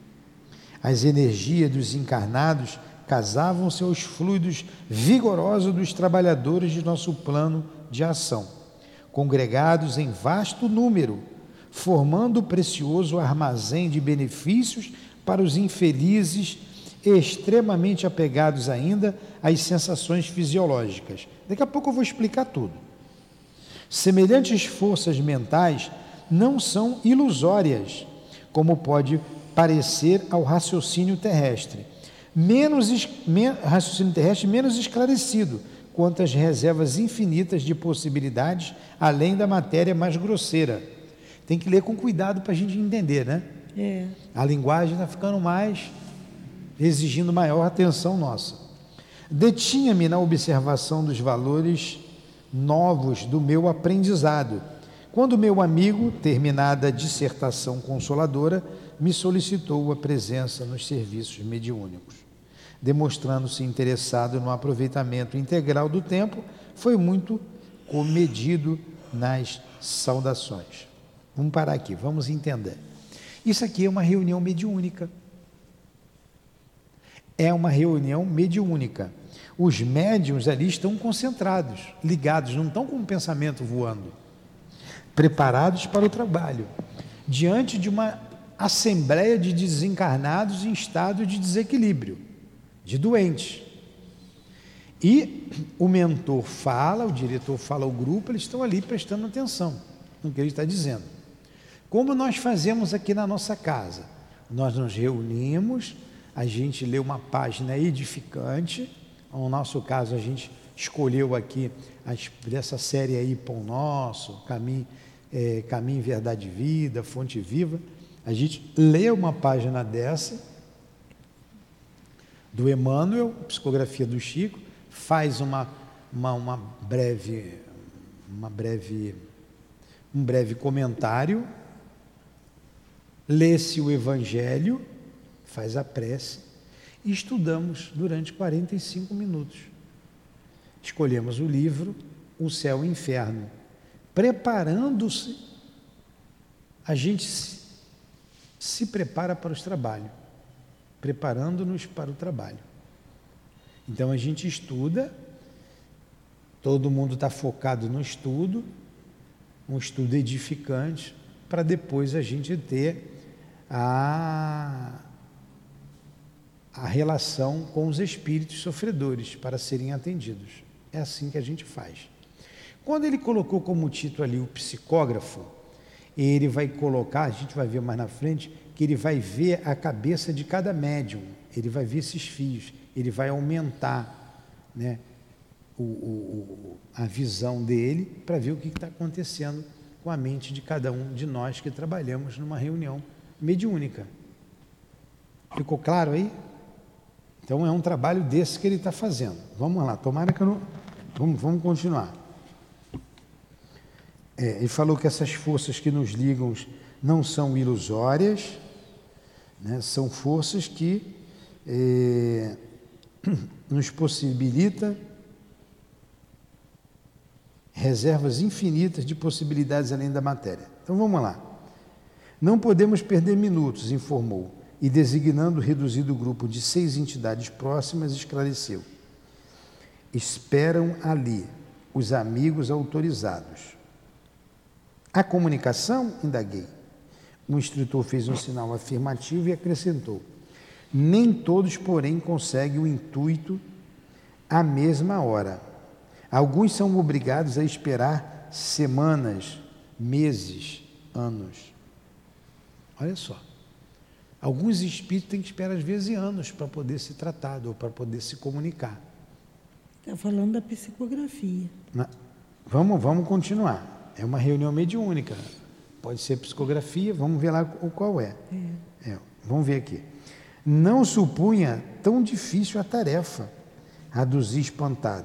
As energias dos encarnados casavam-se aos fluidos vigorosos dos trabalhadores de nosso plano de ação, congregados em vasto número, formando o precioso armazém de benefícios para os infelizes extremamente apegados ainda às sensações fisiológicas. Daqui a pouco eu vou explicar tudo. Semelhantes forças mentais não são ilusórias, como pode parecer ao raciocínio terrestre, menos men, raciocínio terrestre menos esclarecido quanto às reservas infinitas de possibilidades além da matéria mais grosseira. Tem que ler com cuidado para a gente entender, né? É. A linguagem está ficando mais, exigindo maior atenção nossa. Detinha-me na observação dos valores novos do meu aprendizado, quando meu amigo, terminada a dissertação consoladora, me solicitou a presença nos serviços mediúnicos. Demonstrando-se interessado no aproveitamento integral do tempo, foi muito comedido nas saudações. Vamos parar aqui, vamos entender. Isso aqui é uma reunião mediúnica. É uma reunião mediúnica. os médiuns ali estão concentrados, ligados, não estão com o pensamento voando, preparados para o trabalho, diante de uma assembleia de desencarnados em estado de desequilíbrio, de doentes. E o mentor fala, o diretor fala ao grupo, eles estão ali prestando atenção no que ele está dizendo. Como nós fazemos aqui na nossa casa, nós nos reunimos, a gente lê uma página edificante, no nosso caso a gente escolheu aqui dessa série aí, Pão Nosso, Caminho, é, Caminho, Verdade e Vida, Fonte Viva, a gente lê uma página dessa, do Emmanuel, psicografia do Chico, faz uma, uma, uma breve, uma breve, um breve comentário, lê-se o Evangelho, faz a prece e estudamos durante quarenta e cinco minutos. Escolhemos o livro O Céu e o Inferno. Preparando-se, a gente se, se prepara para os trabalhos, preparando-nos para o trabalho. Então a gente estuda, todo mundo está focado no estudo, um estudo edificante, para depois a gente ter a, a relação com os espíritos sofredores para serem atendidos. É assim que a gente faz. Quando ele colocou como título ali o psicógrafo, ele vai colocar, a gente vai ver mais na frente, que ele vai ver a cabeça de cada médium, ele vai ver esses fios, ele vai aumentar, né, o, o, a visão dele para ver o que está acontecendo com a mente de cada um de nós que trabalhamos numa reunião mediúnica. Ficou claro aí? Então é um trabalho desse que ele está fazendo. Vamos lá, tomara que eu não... Vamos, vamos continuar. É, ele falou que essas forças que nos ligam não são ilusórias, né? São forças que é, nos possibilita reservas infinitas de possibilidades além da matéria. Então vamos lá. Não podemos perder minutos, informou, e designando o reduzido grupo de seis entidades próximas, esclareceu. Esperam ali os amigos autorizados. A comunicação? Indaguei. O instrutor fez um sinal afirmativo e acrescentou. Nem todos, porém, conseguem o intuito à mesma hora. Alguns são obrigados a esperar semanas, meses, anos. Olha só. Alguns espíritos têm que esperar, às vezes, anos para poder ser tratado ou para poder se comunicar.
Está falando da psicografia.
Na, vamos, vamos continuar. É uma reunião mediúnica. Pode ser psicografia, vamos ver lá o qual é. É. É, vamos ver aqui. Não supunha tão difícil a tarefa, aduzi espantado.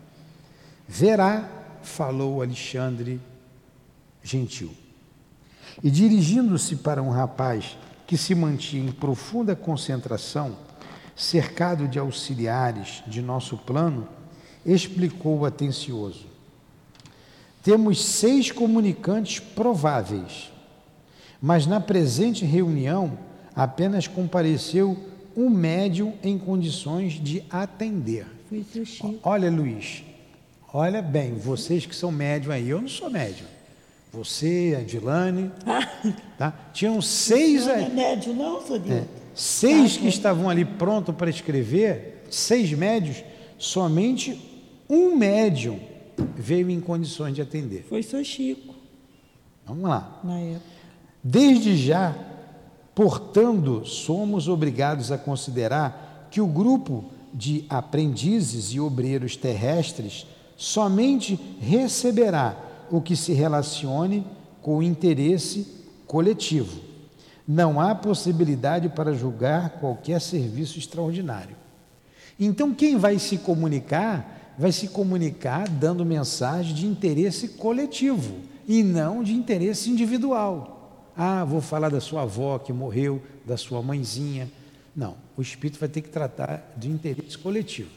Verá, falou Alexandre Gentil. E dirigindo-se para um rapaz que se mantinha em profunda concentração, cercado de auxiliares de nosso plano, explicou atencioso. Temos seis comunicantes prováveis, mas na presente reunião apenas compareceu um médium em condições de atender.
Foi seu Chico.
Olha, Luiz, olha bem, vocês que são médium aí, eu não sou médium. Você, a Dilane, tá? Tinham seis...
Não é médium não, Sodinho?
É, seis que estavam ali prontos para escrever, seis médios, somente um médium veio em condições de atender.
Foi seu Chico.
Vamos lá.
Na época.
Desde já, portanto, somos obrigados a considerar que o grupo de aprendizes e obreiros terrestres somente receberá o que se relacione com o interesse coletivo. Não há possibilidade para julgar qualquer serviço extraordinário. Então, quem vai se comunicar, vai se comunicar dando mensagem de interesse coletivo e não de interesse individual. Ah, vou falar da sua avó que morreu, da sua mãezinha. Não, o espírito vai ter que tratar de interesse coletivo.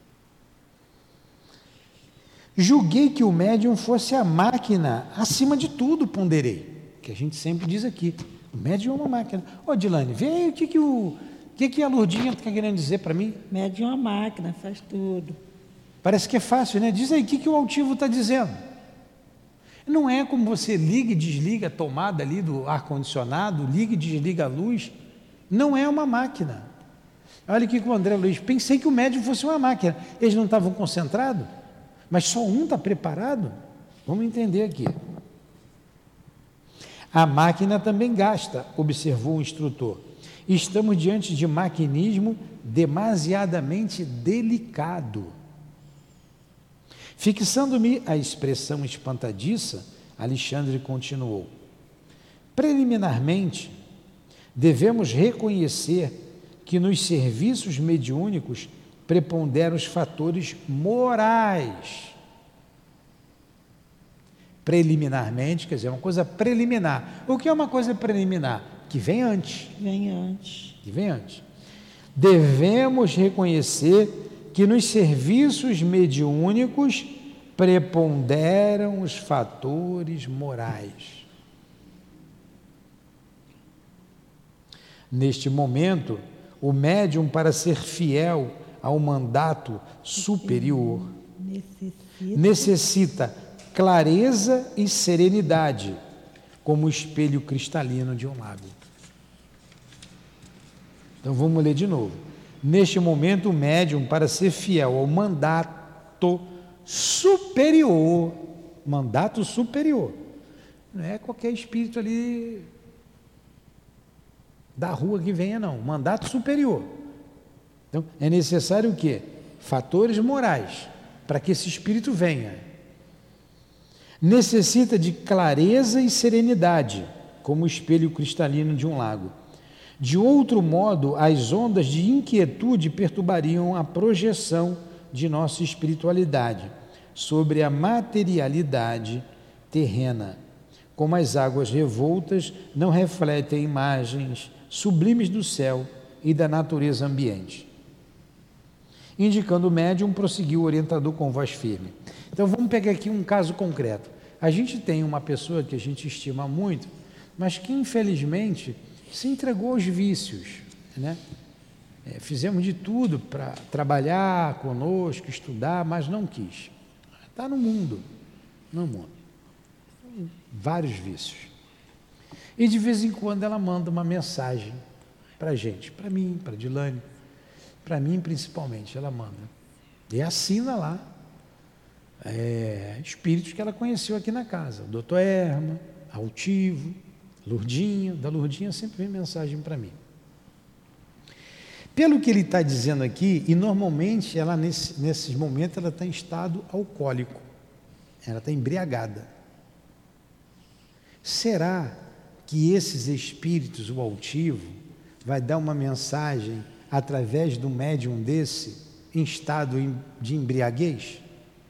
Julguei que o médium fosse a máquina, acima de tudo, ponderei, que a gente sempre diz aqui, o médium é uma máquina. Ô, Dilane, vê aí o que, que, o, que, que a Lourdinha está querendo dizer para mim.
Médium é uma máquina, faz tudo.
Parece que é fácil, né? Diz aí o que, que o altivo está dizendo. Não é como você liga e desliga a tomada ali do ar-condicionado, liga e desliga a luz. Não é uma máquina. Olha aqui com o André Luiz, pensei que o médium fosse uma máquina. Eles não estavam concentrados? Mas só um está preparado? Vamos entender aqui. A máquina também gasta, observou o instrutor. Estamos diante de maquinismo demasiadamente delicado. Fixando-me a expressão espantadiça, Alexandre continuou. Preliminarmente, devemos reconhecer que nos serviços mediúnicos preponderam os fatores morais. Preliminarmente, quer dizer, uma coisa preliminar. O que é uma coisa preliminar? Que vem antes.
Vem antes.
Que vem antes. Devemos reconhecer que nos serviços mediúnicos preponderam os fatores morais. Neste momento, o médium, para ser fiel ao mandato superior, necessita, necessita clareza e serenidade, como o espelho cristalino de um lago. Então vamos ler de novo. Neste momento, o médium, para ser fiel ao mandato superior, mandato superior, não é qualquer espírito ali da rua que venha, não, mandato superior. Então, é necessário o quê? Fatores morais, para que esse espírito venha. Necessita de clareza e serenidade, como o espelho cristalino de um lago. De outro modo, as ondas de inquietude perturbariam a projeção de nossa espiritualidade sobre a materialidade terrena, como as águas revoltas não refletem imagens sublimes do céu e da natureza ambiente. Indicando o médium, prosseguiu o orientador com voz firme. Então vamos pegar aqui um caso concreto. A gente tem uma pessoa que a gente estima muito, mas que infelizmente se entregou aos vícios, né? É, fizemos de tudo para trabalhar conosco, estudar, mas não quis. Está no mundo, no mundo. Vários vícios. E de vez em quando ela manda uma mensagem para a gente, para mim, para a Dilane, para mim principalmente, ela manda. E assina lá, é, espíritos que ela conheceu aqui na casa, o doutor Erma, Altivo, Lourdinha. Da Lourdinha sempre vem mensagem para mim. Pelo que ele está dizendo aqui, e normalmente ela nesse, nesses momentos ela está em estado alcoólico, ela está embriagada. Será que esses espíritos, o altivo, vai dar uma mensagem através do médium desse em estado de embriaguez?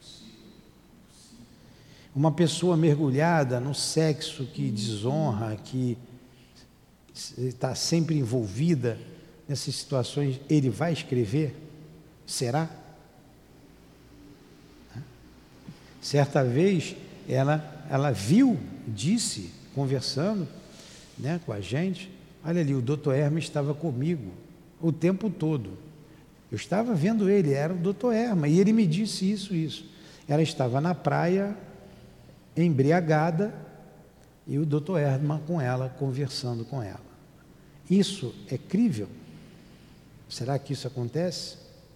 Uma pessoa mergulhada no sexo que desonra, que está sempre envolvida nessas situações, ele vai escrever? Será? Certa vez ela, ela viu, disse, conversando, né, com a gente, olha ali, o doutor Hermes estava comigo o tempo todo. Eu estava vendo ele, era o doutor Hermes, e ele me disse isso, isso. Ela estava na praia, embriagada, e o doutor Hermes com ela, conversando com ela. Isso é crível? Será que isso acontece?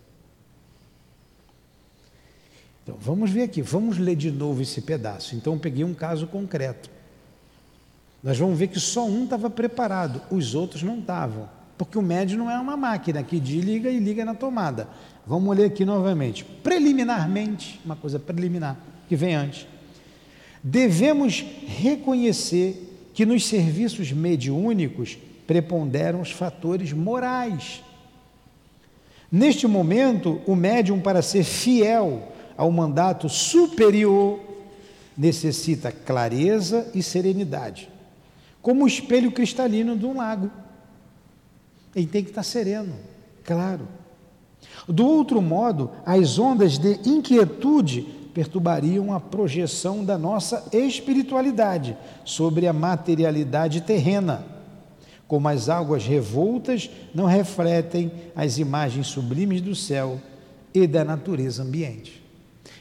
Então, vamos ver aqui, vamos ler de novo esse pedaço. Então, eu peguei um caso concreto. Nós vamos ver que só um estava preparado, os outros não estavam, porque o médium não é uma máquina que desliga e liga na tomada. Vamos ler aqui novamente. Preliminarmente, uma coisa preliminar, que vem antes. Devemos reconhecer que nos serviços mediúnicos preponderam os fatores morais. Neste momento, o médium, para ser fiel ao mandato superior, necessita clareza e serenidade, como o espelho cristalino de um lago. Ele tem que estar sereno, claro. Do outro modo, as ondas de inquietude perturbariam a projeção da nossa espiritualidade sobre a materialidade terrena, como as águas revoltas não refletem as imagens sublimes do céu e da natureza ambiente.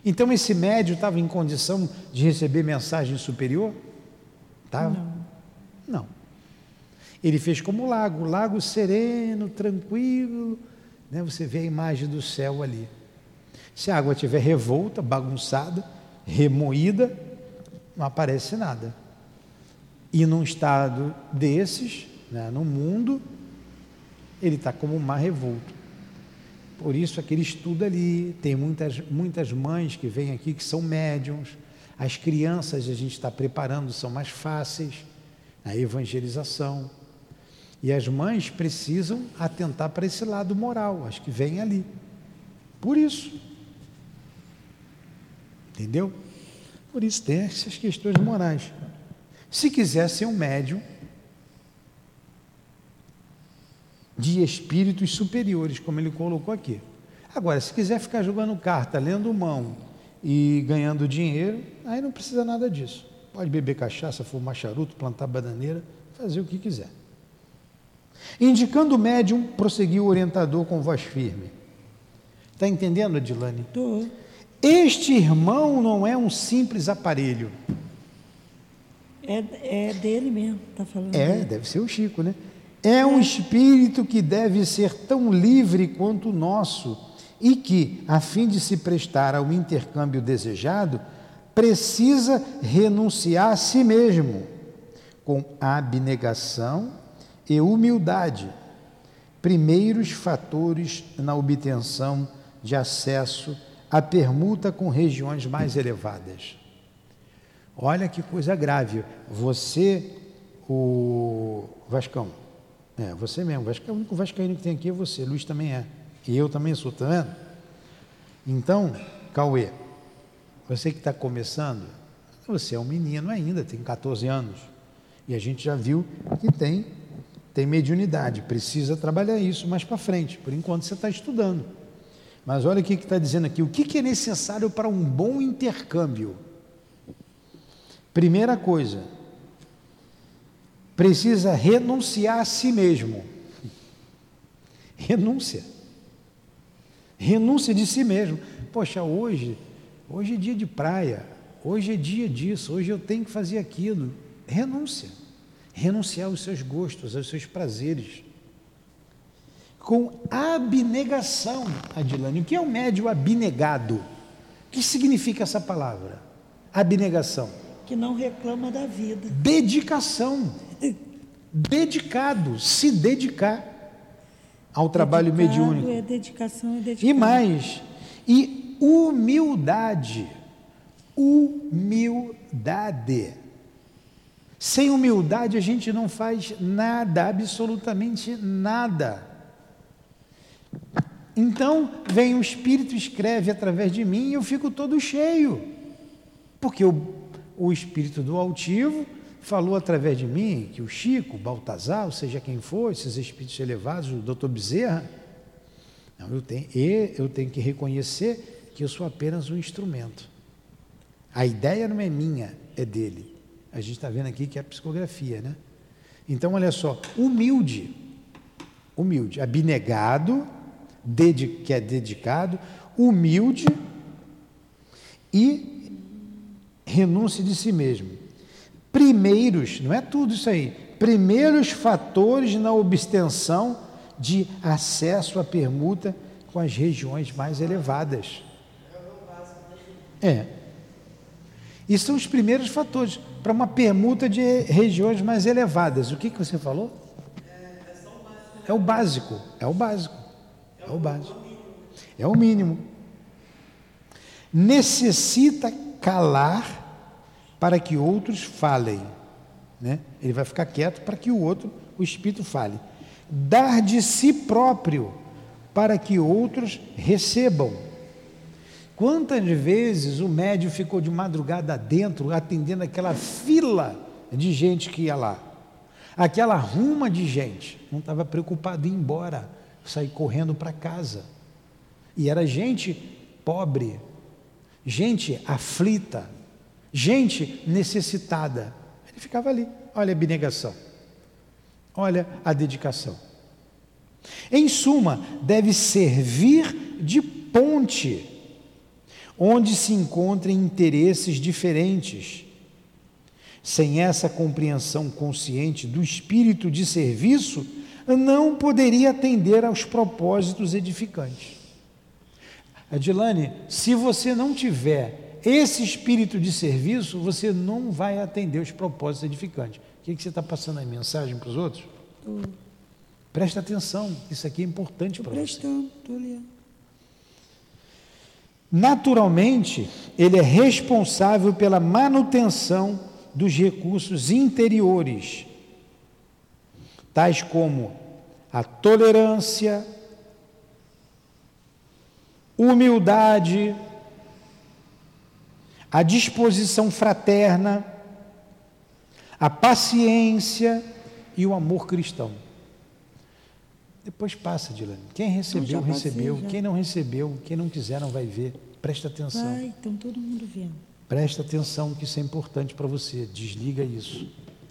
Então esse médium estava em condição de receber mensagem superior? Estava?
Não.
Não. Ele fez como o lago, lago sereno, tranquilo, né? Você vê a imagem do céu ali. Se a água estiver revolta, bagunçada, remoída, não aparece nada. E num estado desses, né, no mundo, ele está como um mar revolto. Por isso aquele estudo ali, tem muitas, muitas mães que vêm aqui que são médiums, as crianças a gente está preparando, são mais fáceis, a evangelização. E as mães precisam atentar para esse lado moral, as que vêm ali. Por isso. Entendeu? Por isso tem essas questões morais. Se quiser ser um médium de espíritos superiores, como ele colocou aqui. Agora, se quiser ficar jogando carta, lendo mão e ganhando dinheiro, aí não precisa nada disso. Pode beber cachaça, fumar charuto, plantar bananeira, fazer o que quiser. Indicando o médium, prosseguiu o orientador com voz firme. Está entendendo, Adilane?
Estou.
Este irmão não é um simples aparelho.
É, é dele mesmo, está falando.
É,
dele.
deve ser o Chico, né? É um espírito que deve ser tão livre quanto o nosso e que, a fim de se prestar ao intercâmbio desejado, precisa renunciar a si mesmo, com abnegação e humildade, primeiros fatores na obtenção de acesso à permuta com regiões mais elevadas. Olha que coisa grave. Você, o Vascão, é, você mesmo, Vasco, o único vascaíno que tem aqui é você, Luiz também é, e eu também sou, tá vendo? Então, Cauê, você que está começando, você é um menino ainda, tem catorze anos, e a gente já viu que tem, tem mediunidade, precisa trabalhar isso mais para frente, por enquanto você está estudando. Mas olha o que está dizendo aqui, o que, que é necessário para um bom intercâmbio? Primeira coisa, precisa renunciar a si mesmo. Renúncia. Renúncia de si mesmo. Poxa, hoje, hoje é dia de praia, hoje é dia disso, hoje eu tenho que fazer aquilo. Renúncia. Renunciar aos seus gostos, aos seus prazeres. Com abnegação, Adilane. O que é um médium abnegado? O que significa essa palavra? Abnegação.
Que não reclama da vida.
Dedicação. Dedicado, se dedicar ao trabalho
Dedicado
mediúnico.
É dedicação, é dedicação.
E mais, e humildade. Humildade. Sem humildade a gente não faz nada, absolutamente nada. Então, vem o Espírito, escreve através de mim e eu fico todo cheio. Porque o, o Espírito do Altivo falou através de mim, que o Chico, o Baltazar, ou seja quem for, esses espíritos elevados, o doutor Bezerra, não, eu, tenho, eu tenho que reconhecer que eu sou apenas um instrumento. A ideia não é minha, é dele. A gente está vendo aqui que é a psicografia, né? Então, olha só, humilde, humilde, abnegado, dedi, que é dedicado, humilde e renúncia de si mesmo. Primeiros, não é tudo isso aí, primeiros fatores na obtenção de acesso à permuta com as regiões mais elevadas. É. E são os primeiros fatores para uma permuta de regiões mais elevadas. O que, que você falou? É o básico. É o básico. É o básico. É o mínimo. Necessita calar para que outros falem. Né? Ele vai ficar quieto para que o outro, o espírito, fale. Dar de si próprio para que outros recebam. Quantas vezes o médium ficou de madrugada dentro, atendendo aquela fila de gente que ia lá, aquela ruma de gente, não estava preocupado em ir embora, sair correndo para casa, e era gente pobre, gente aflita, gente necessitada, ele ficava ali. Olha a abnegação, olha a dedicação. Em suma, deve servir de ponte, onde se encontrem interesses diferentes. Sem essa compreensão consciente do espírito de serviço, não poderia atender aos propósitos edificantes. Adilane, se você não tiver esse espírito de serviço, você não vai atender os propósitos edificantes. O que, que você está passando aí? Mensagem para os outros?
Tô.
Presta atenção, isso aqui é importante para você.
Prestando, estou olhando.
Naturalmente, ele é responsável pela manutenção dos recursos interiores, tais como a tolerância, humildade, a disposição fraterna, a paciência e o amor cristão. Depois passa, Dilane. Quem recebeu,
passei,
recebeu.
já.
Quem não recebeu, quem não quiser, não vai ver. Presta atenção.
Vai, então todo mundo vendo.
Presta atenção que isso é importante para você. Desliga isso.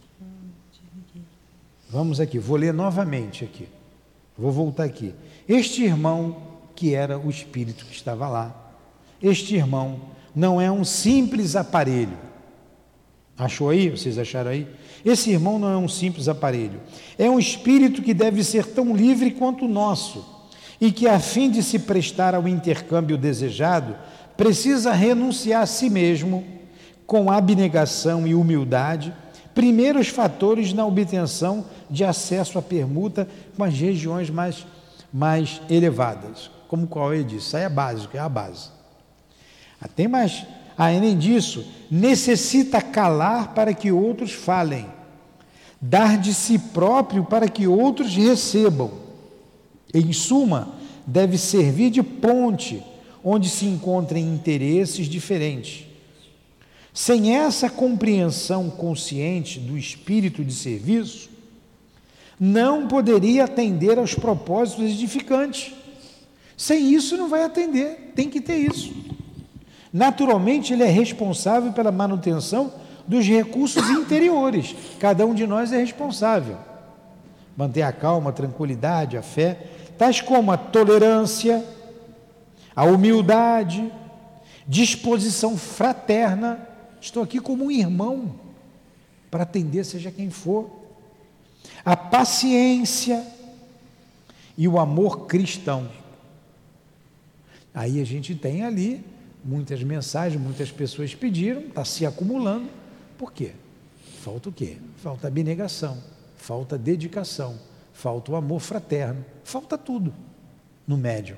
Vamos aqui, vou ler novamente aqui. Vou voltar aqui. Este irmão, que era o espírito que estava lá, este irmão não é um simples aparelho. Achou aí? Vocês acharam aí? Esse irmão não é um simples aparelho. É um espírito que deve ser tão livre quanto o nosso e que, a fim de se prestar ao intercâmbio desejado, precisa renunciar a si mesmo com abnegação e humildade, primeiros fatores na obtenção de acesso à permuta com as regiões mais, mais elevadas. Como qual ele disse, isso aí é básico, é a base. Ah, tem mais, além disso, necessita calar para que outros falem, dar de si próprio para que outros recebam. Em suma, deve servir de ponte onde se encontrem interesses diferentes. Sem essa compreensão consciente do espírito de serviço, não poderia atender aos propósitos edificantes. Sem isso não vai atender, tem que ter isso. Naturalmente, ele é responsável pela manutenção dos recursos interiores. Cada um de nós é responsável. Manter a calma, a tranquilidade, a fé, tais como a tolerância, a humildade, disposição fraterna. Estou aqui como um irmão para atender seja quem for. A paciência e o amor cristão. Aí a gente tem ali muitas mensagens, muitas pessoas pediram, está se acumulando. Por quê? Falta o quê? Falta abnegação, falta dedicação, falta o amor fraterno, falta tudo no médium.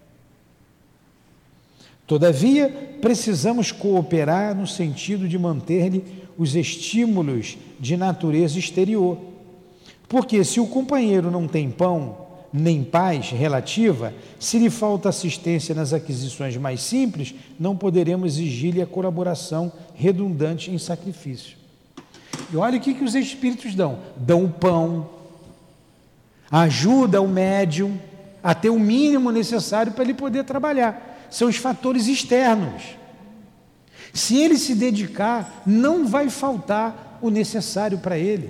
Todavia, precisamos cooperar no sentido de manter-lhe os estímulos de natureza exterior. Porque se o companheiro não tem pão, nem paz relativa, se lhe falta assistência nas aquisições mais simples, não poderemos exigir-lhe a colaboração redundante em sacrifício. E olha o que, que os espíritos dão. Dão o pão, ajuda o médium a ter o mínimo necessário para ele poder trabalhar. São os fatores externos. Se ele se dedicar, não vai faltar o necessário para ele.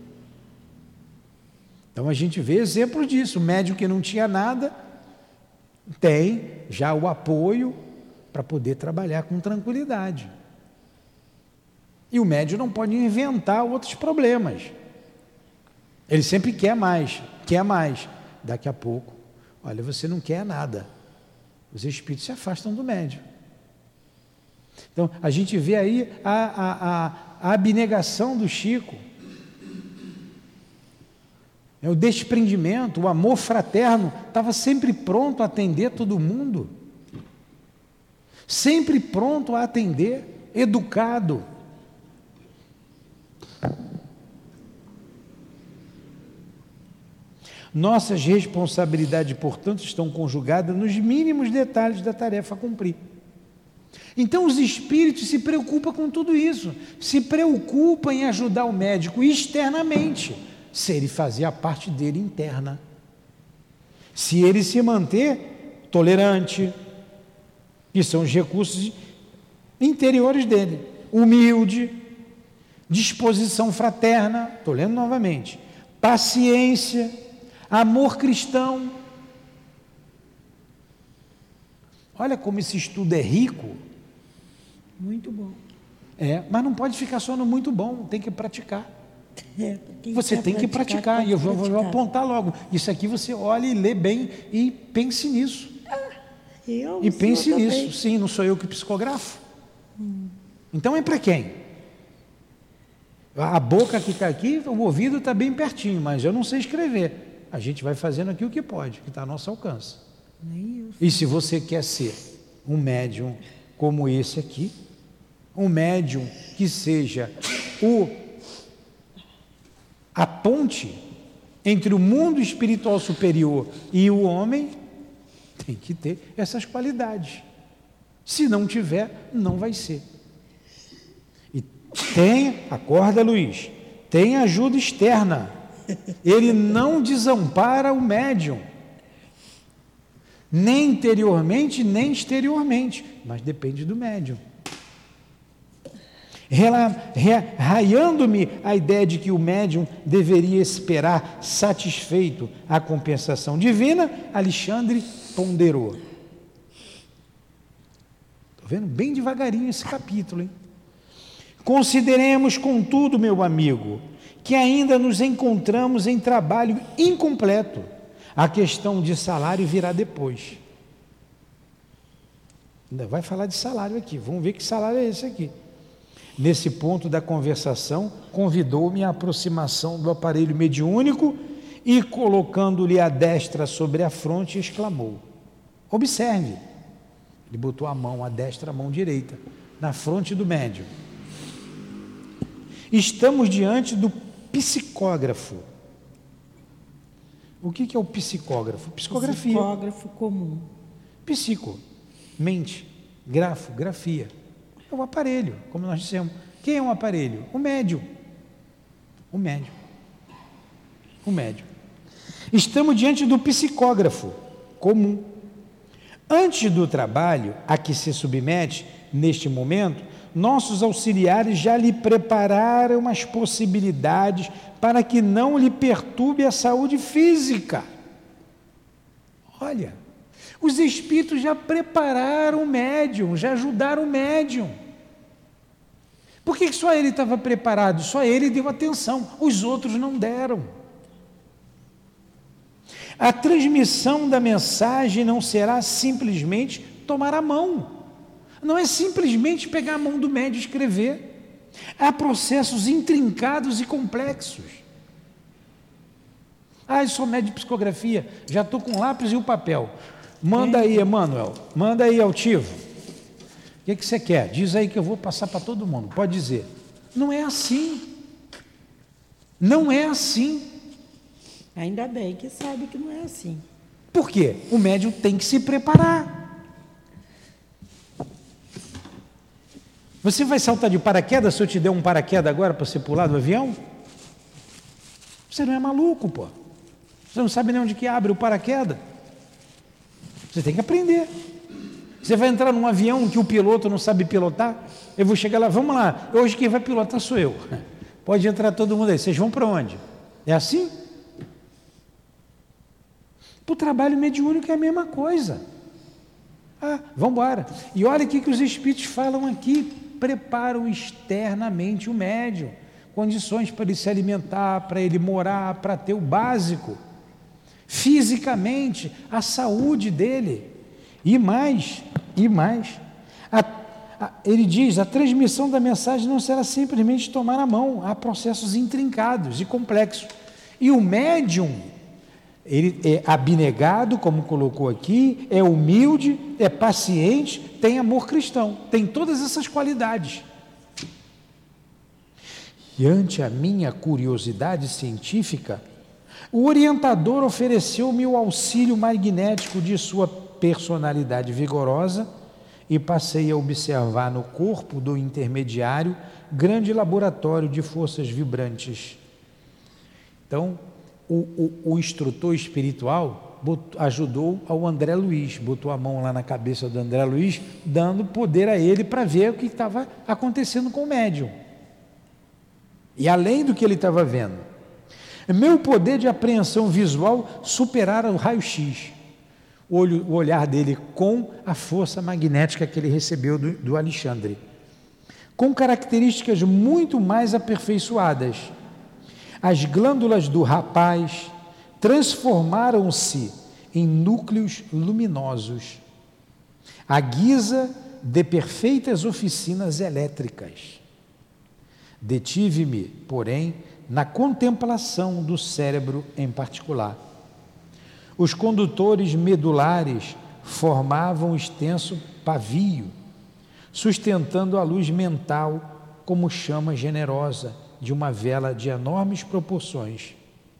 Então a gente vê exemplo disso. O médium que não tinha nada, tem já o apoio para poder trabalhar com tranquilidade. E o médium não pode inventar outros problemas. Ele sempre quer mais, quer mais. Daqui a pouco, olha, você não quer nada. Os espíritos se afastam do médium. Então, a gente vê aí a, a, a, a abnegação do Chico, é o desprendimento, o amor fraterno, estava sempre pronto a atender todo mundo, sempre pronto a atender, educado. Nossas responsabilidades, portanto, estão conjugadas nos mínimos detalhes da tarefa a cumprir. Então, os espíritos se preocupam com tudo isso, se preocupam em ajudar o médico externamente, se ele fazer a parte dele interna. Se ele se manter tolerante, que são os recursos interiores dele, humilde, disposição fraterna, estou lendo novamente, paciência, amor cristão. Olha como esse estudo é rico.
Muito bom.
É, mas não pode ficar só no muito bom, tem que praticar.
É,
Você tem que praticar, e eu vou, vou apontar logo. Isso aqui você olha e lê bem e pense nisso.
Ah, eu,
e pense nisso,
também.
sim, não sou eu que psicografo. Hum. Então é para quem? A boca que está aqui, o ouvido está bem pertinho, mas eu não sei escrever. A gente vai fazendo aqui o que pode, que está ao nosso alcance. E se você quer ser um médium como esse aqui, um médium que seja o, a ponte entre o mundo espiritual superior e o homem, tem que ter essas qualidades. Se não tiver, não vai ser. E tem, acorda, Luiz, tem ajuda externa. Ele não desampara o médium, nem interiormente, nem exteriormente, mas depende do médium. Raiando-me a ideia de que o médium deveria esperar satisfeito a compensação divina, Alexandre ponderou. Estou vendo bem devagarinho esse capítulo, hein? Consideremos, contudo, meu amigo, que ainda nos encontramos em trabalho incompleto. A questão de salário virá depois. Ainda vai falar de salário aqui, vamos ver que salário é esse aqui. Nesse ponto da conversação, convidou-me à aproximação do aparelho mediúnico e, colocando-lhe a destra sobre a fronte, exclamou: observe. Ele botou a mão, a destra, a mão direita, na fronte do médium. Estamos diante do psicógrafo. O que, que é o psicógrafo? Psicografia.
Psicógrafo comum.
Psico, mente, grafo, grafia. É o aparelho, como nós dissemos. Quem é um aparelho? O médium. O médium. O médium. Estamos diante do psicógrafo comum. Antes do trabalho a que se submete, neste momento, nossos auxiliares já lhe prepararam as possibilidades para que não lhe perturbe a saúde física. Olha, os espíritos já prepararam o médium, já ajudaram o médium. Por que só ele estava preparado? Só ele deu atenção, os outros não deram. A transmissão da mensagem não será simplesmente tomar a mão. Não é simplesmente pegar a mão do médium e escrever. Há processos intrincados e complexos. Ah, eu sou médium de psicografia, já estou com o lápis e o papel. Manda aí, Emanuel, manda aí, Altivo. O que, que você quer? Diz aí que eu vou passar para todo mundo, pode dizer. Não é assim. Não é assim.
Ainda bem que sabe que não é assim.
Por quê? O médium tem que se preparar. Você vai saltar de paraquedas se eu te der um paraquedas agora para você pular do avião? Você não é maluco, pô. Você não sabe nem onde que abre o paraquedas. Você tem que aprender. Você vai entrar num avião que o piloto não sabe pilotar? Eu vou chegar lá, vamos lá, hoje quem vai pilotar sou eu. Pode entrar todo mundo aí. Vocês vão para onde? É assim? Para o trabalho mediúnico é a mesma coisa. Ah, vamos embora. E olha o que os espíritos falam aqui. Preparam externamente o médium, condições para ele se alimentar, para ele morar, para ter o básico, fisicamente, a saúde dele, e mais, e mais, a, a, ele diz, a transmissão da mensagem não será simplesmente tomar a mão, há processos intrincados e complexos, e o médium, ele é abnegado, como colocou aqui, é humilde, é paciente, tem amor cristão, tem todas essas qualidades. E ante a minha curiosidade científica, o orientador ofereceu-me o auxílio magnético de sua personalidade vigorosa e passei a observar no corpo do intermediário grande laboratório de forças vibrantes. Então, O, o, o instrutor espiritual botou, ajudou ao André Luiz, botou a mão lá na cabeça do André Luiz, dando poder a ele para ver o que estava acontecendo com o médium. E além do que ele estava vendo, meu poder de apreensão visual superara o raio-x. olho, o olhar dele com a força magnética que ele recebeu do, do Alexandre, com características muito mais aperfeiçoadas. As glândulas do rapaz transformaram-se em núcleos luminosos, à guisa de perfeitas oficinas elétricas. Detive-me, porém, na contemplação do cérebro em particular. Os condutores medulares formavam extenso pavio, sustentando a luz mental como chama generosa de uma vela de enormes proporções.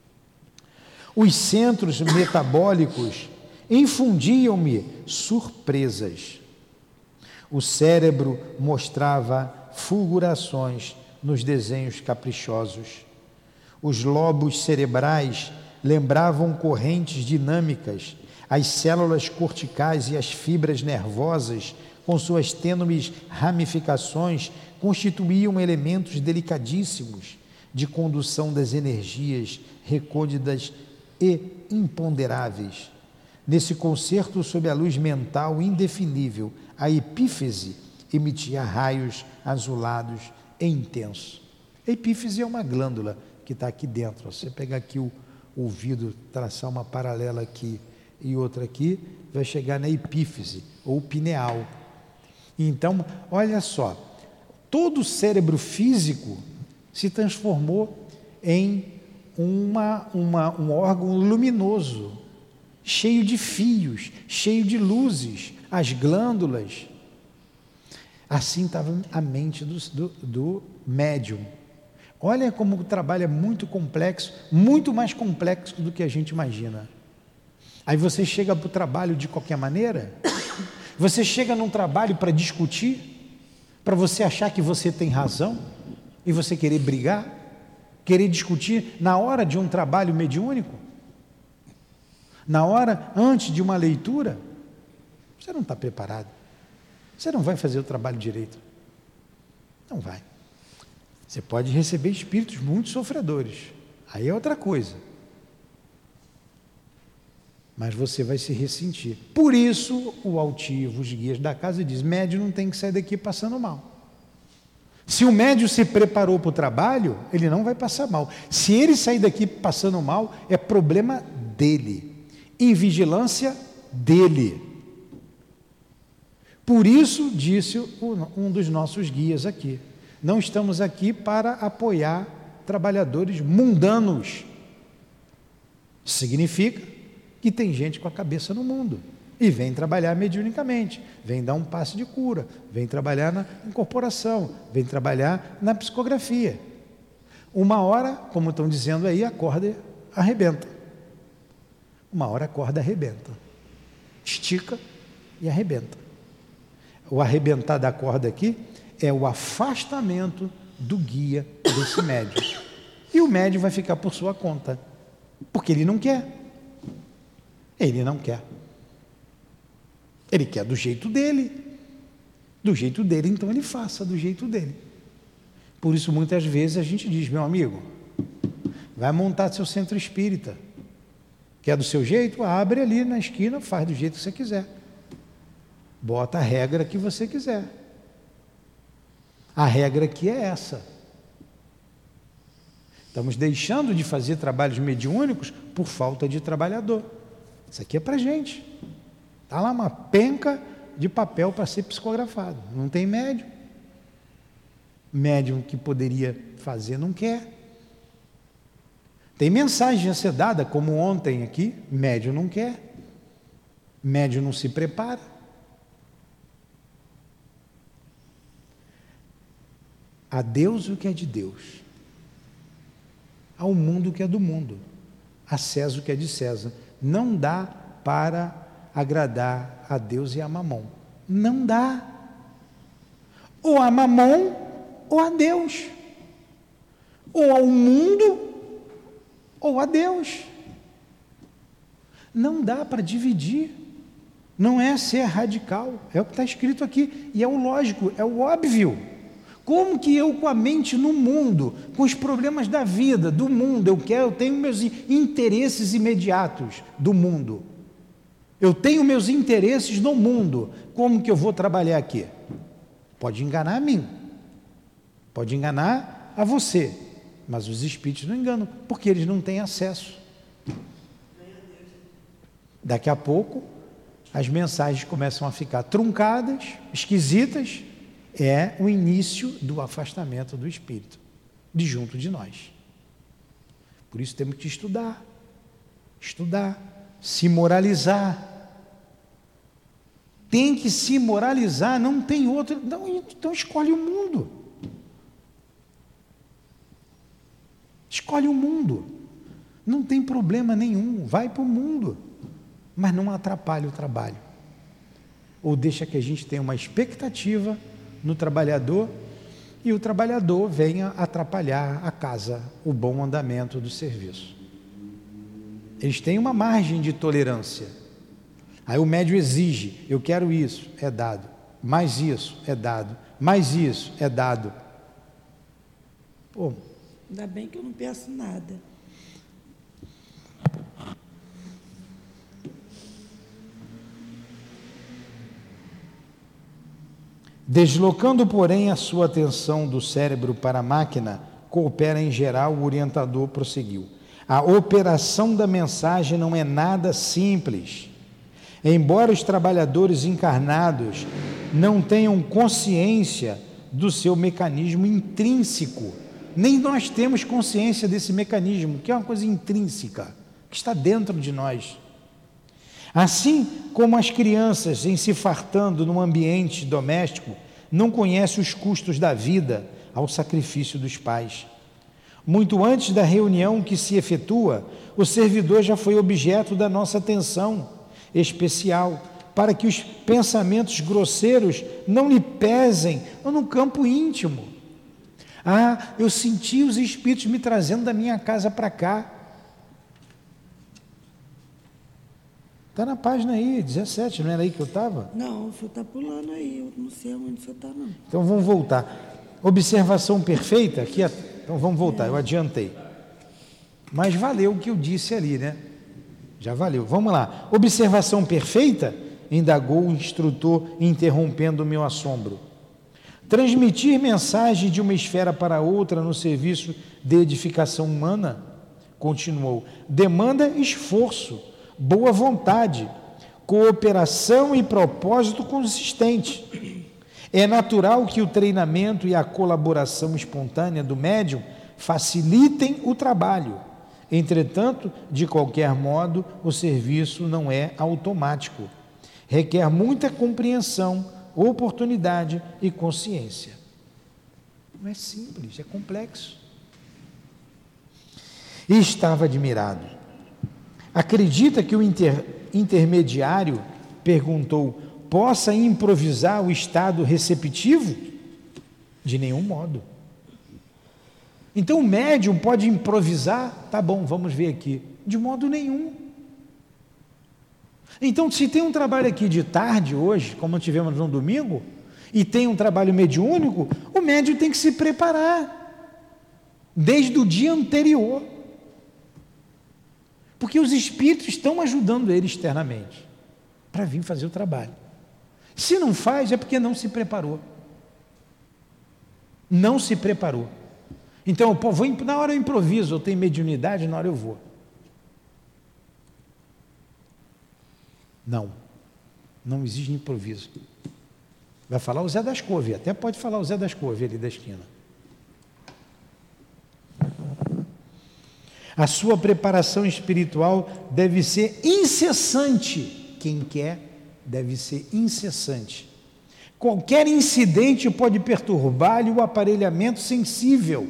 Os centros metabólicos infundiam-me surpresas. O cérebro mostrava fulgurações nos desenhos caprichosos. Os lobos cerebrais lembravam correntes dinâmicas, as células corticais e as fibras nervosas, com suas tênues ramificações, constituíam elementos delicadíssimos de condução das energias recônditas e imponderáveis. Nesse concerto sob a luz mental indefinível, a epífise emitia raios azulados e intensos. A epífise é uma glândula que está aqui dentro. Você pegar aqui o ouvido, traçar uma paralela aqui e outra aqui, vai chegar na epífise ou pineal. Então, olha só, todo o cérebro físico se transformou em uma, uma, um órgão luminoso, cheio de fios, cheio de luzes, as glândulas. Assim estava a mente do, do, do médium. Olha como o trabalho é muito complexo, muito mais complexo do que a gente imagina. Aí você chega para o trabalho de qualquer maneira, você chega num trabalho para discutir, para você achar que você tem razão e você querer brigar, querer discutir na hora de um trabalho mediúnico, na hora antes de uma leitura. Você não está preparado, você não vai fazer o trabalho direito, não vai. Você pode receber espíritos muito sofredores, aí é outra coisa, mas você vai se ressentir. Por isso o altivo, os guias da casa diz: médium não tem que sair daqui passando mal. Se o médium se preparou para o trabalho, ele não vai passar mal. Se ele sair daqui passando mal, é problema dele, invigilância dele. Por isso disse um dos nossos guias aqui: não estamos aqui para apoiar trabalhadores mundanos. Significa que tem gente com a cabeça no mundo e vem trabalhar mediunicamente, vem dar um passe de cura, vem trabalhar na incorporação, vem trabalhar na psicografia. Uma hora, como estão dizendo aí, a corda arrebenta. Uma hora a corda arrebenta, estica e arrebenta. O arrebentar da corda aqui é o afastamento do guia desse médium. E o médium vai ficar por sua conta, porque ele não quer. Ele não quer. Ele quer do jeito dele. Do jeito dele, então ele faça do jeito dele. Por isso, muitas vezes a gente diz: meu amigo, vai montar seu centro espírita. Quer do seu jeito? Abre ali na esquina, faz do jeito que você quiser. Bota a regra que você quiser. A regra aqui é essa. Estamos deixando de fazer trabalhos mediúnicos por falta de trabalhador. Isso aqui é para gente. Está lá uma penca de papel para ser psicografado. Não tem médium. Médium que poderia fazer não quer. Tem mensagem a ser dada, como ontem aqui, médium não quer. Médium não se prepara. A Deus o que é de Deus, ao mundo o que é do mundo, a César o que é de César. Não dá para agradar a Deus e a Mamon. Não dá. Ou a Mamon ou a Deus. Ou ao mundo ou a Deus. Não dá para dividir. Não é ser radical. É o que está escrito aqui. E é o lógico, é o óbvio. Como que eu, com a mente no mundo, com os problemas da vida, do mundo, eu quero, eu tenho meus interesses imediatos do mundo. Eu tenho meus interesses no mundo, como que eu vou trabalhar aqui? Pode enganar a mim, pode enganar a você, mas os espíritos não enganam, porque eles não têm acesso. Daqui a pouco, as mensagens começam a ficar truncadas, esquisitas, é o início do afastamento do espírito, de junto de nós. Por isso temos que estudar, estudar, se moralizar. Tem que se moralizar, não tem outra, não, então escolhe o mundo. Escolhe o mundo, não tem problema nenhum, vai para o mundo, mas não atrapalhe o trabalho, ou deixa que a gente tenha uma expectativa no trabalhador e o trabalhador venha atrapalhar a casa, o bom andamento do serviço. Eles têm uma margem de tolerância, aí o médium exige, eu quero isso, é dado, mais isso, é dado, mais isso, é dado. Pô,
ainda bem que eu não peço nada.
Deslocando, porém, a sua atenção do cérebro para a máquina, coopera em geral, o orientador prosseguiu. A operação da mensagem não é nada simples. Embora os trabalhadores encarnados não tenham consciência do seu mecanismo intrínseco, nem nós temos consciência desse mecanismo, que é uma coisa intrínseca, que está dentro de nós. Assim como as crianças, em se fartando num ambiente doméstico, não conhecem os custos da vida ao sacrifício dos pais. Muito antes da reunião que se efetua, o servidor já foi objeto da nossa atenção especial, para que os pensamentos grosseiros não lhe pesem no campo íntimo. Ah, eu senti os espíritos me trazendo da minha casa para cá. Está na página aí, dezessete, não era aí que eu estava?
Não, o senhor está pulando aí, eu não sei onde o senhor está, não.
Então vamos voltar. Observação perfeita, aqui, então vamos voltar, eu adiantei. Mas valeu o que eu disse ali, né? Já valeu. Vamos lá. Observação perfeita? Indagou o instrutor, interrompendo o meu assombro. Transmitir mensagem de uma esfera para outra no serviço de edificação humana, continuou, demanda esforço, boa vontade, cooperação e propósito consistente. É natural que o treinamento e a colaboração espontânea do médium facilitem o trabalho. Entretanto, de qualquer modo, o serviço não é automático. Requer muita compreensão, oportunidade e consciência. Não é simples, é complexo. E estava admirado. Acredita que o inter, intermediário, perguntou, possa improvisar o estado receptivo? De nenhum modo. Então o médium pode improvisar? Tá bom, vamos ver aqui. De modo nenhum. Então, se tem um trabalho aqui de tarde hoje, como tivemos no domingo, e tem um trabalho mediúnico, o médium tem que se preparar desde o dia anterior. Porque os espíritos estão ajudando ele externamente para vir fazer o trabalho. Se não faz, é porque não se preparou. Não se preparou. Então, pô, vou, na hora eu improviso, eu tenho mediunidade, na hora eu vou. Não, não existe improviso. Vai falar o Zé das Couve, até pode falar o Zé das Couve ali da esquina. A sua preparação espiritual deve ser incessante. Quem quer deve ser incessante. Qualquer incidente pode perturbar-lhe o aparelhamento sensível,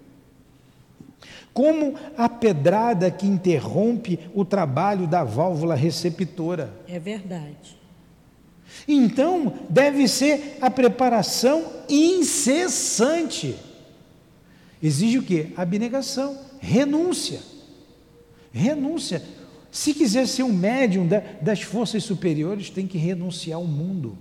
como a pedrada que interrompe o trabalho da válvula receptora.
É verdade.
Então, deve ser a preparação incessante. Exige o quê? Abnegação, renúncia. Renúncia. Se quiser ser um médium da, das forças superiores, tem que renunciar ao mundo.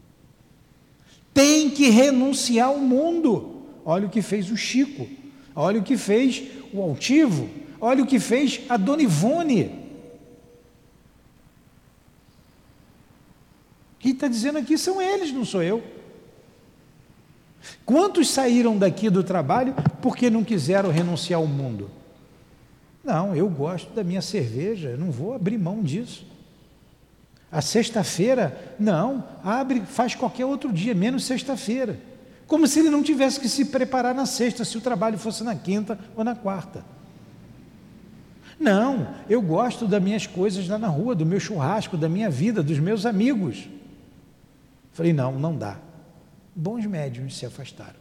Tem que renunciar ao mundo. Olha o que fez o Chico. Olha o que fez o Altivo. Olha o que fez a Dona Ivone. está dizendo aqui são eles, não sou eu. Quantos saíram daqui do trabalho porque não quiseram renunciar ao mundo? Não, eu gosto da minha cerveja, eu não vou abrir mão disso. A sexta-feira, não, abre, faz qualquer outro dia, menos sexta-feira. Como se ele não tivesse que se preparar na sexta, se o trabalho fosse na quinta ou na quarta. Não, eu gosto das minhas coisas lá na rua, do meu churrasco, da minha vida, dos meus amigos. Falei, não, não dá. Bons médiuns se afastaram.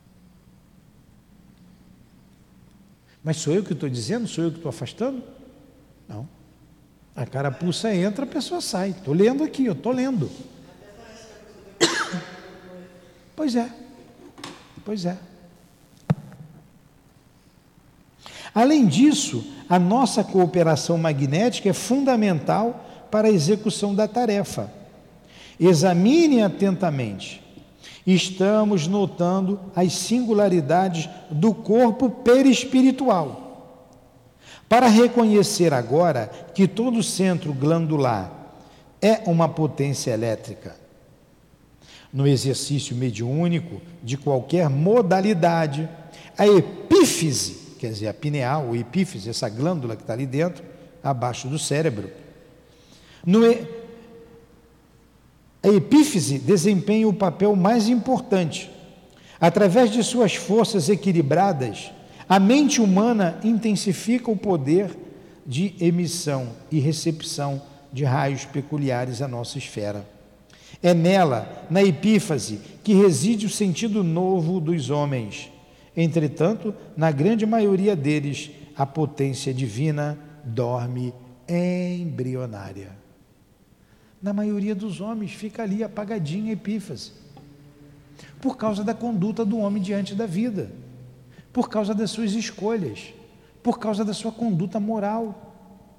Mas sou eu que estou dizendo? Sou eu que estou afastando? Não. A carapuça entra, a pessoa sai. Estou lendo aqui, eu estou lendo. Pois é. Pois é. Além disso, a nossa cooperação magnética é fundamental para a execução da tarefa. Examine atentamente. Estamos notando as singularidades do corpo perispiritual. Para reconhecer agora que todo centro glandular é uma potência elétrica, no exercício mediúnico de qualquer modalidade, a epífise, quer dizer, a pineal, ou epífise, essa glândula que está ali dentro, abaixo do cérebro, no e... A epífise desempenha o papel mais importante. Através de suas forças equilibradas, a mente humana intensifica o poder de emissão e recepção de raios peculiares à nossa esfera. É nela, na epífise, que reside o sentido novo dos homens. Entretanto, na grande maioria deles, a potência divina dorme embrionária. Na maioria dos homens fica ali apagadinha a epífise, por causa da conduta do homem diante da vida, por causa das suas escolhas, por causa da sua conduta moral.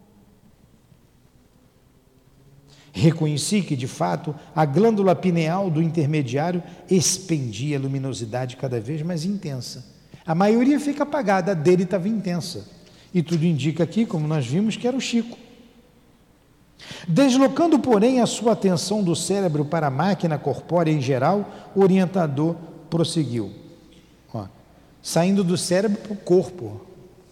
Reconheci que, de fato, a glândula pineal do intermediário expendia luminosidade cada vez mais intensa. A maioria fica apagada, a dele estava intensa. E tudo indica aqui, como nós vimos, que era o Chico. Deslocando, porém, a sua atenção do cérebro para a máquina corpórea em geral, o orientador prosseguiu. Ó, saindo do cérebro para o corpo.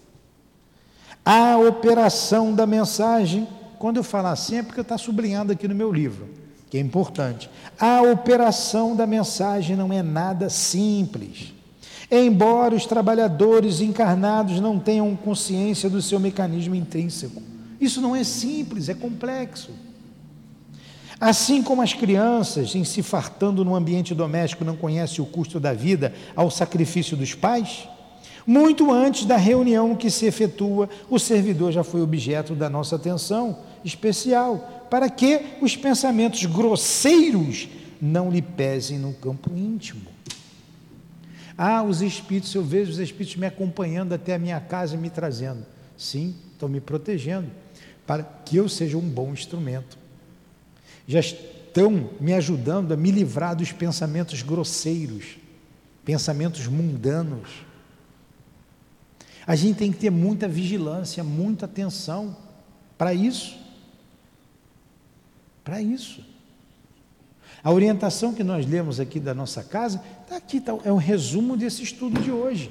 A operação da mensagem, quando eu falar assim é porque está sublinhado aqui no meu livro, que é importante. A operação da mensagem não é nada simples. Embora os trabalhadores encarnados não tenham consciência do seu mecanismo intrínseco. Isso não é simples, é complexo. Assim como as crianças, em se fartando no ambiente doméstico, não conhecem o custo da vida ao sacrifício dos pais, muito antes da reunião que se efetua, o servidor já foi objeto da nossa atenção especial, para que os pensamentos grosseiros não lhe pesem no campo íntimo. Ah, os espíritos, eu vejo os espíritos me acompanhando até a minha casa e me trazendo. Sim, estão me protegendo, para que eu seja um bom instrumento. Já estão me ajudando a me livrar dos pensamentos grosseiros, pensamentos mundanos. A gente tem que ter muita vigilância, muita atenção para isso. Para isso. A orientação que nós lemos aqui da nossa casa, está aqui, tá, é um resumo desse estudo de hoje.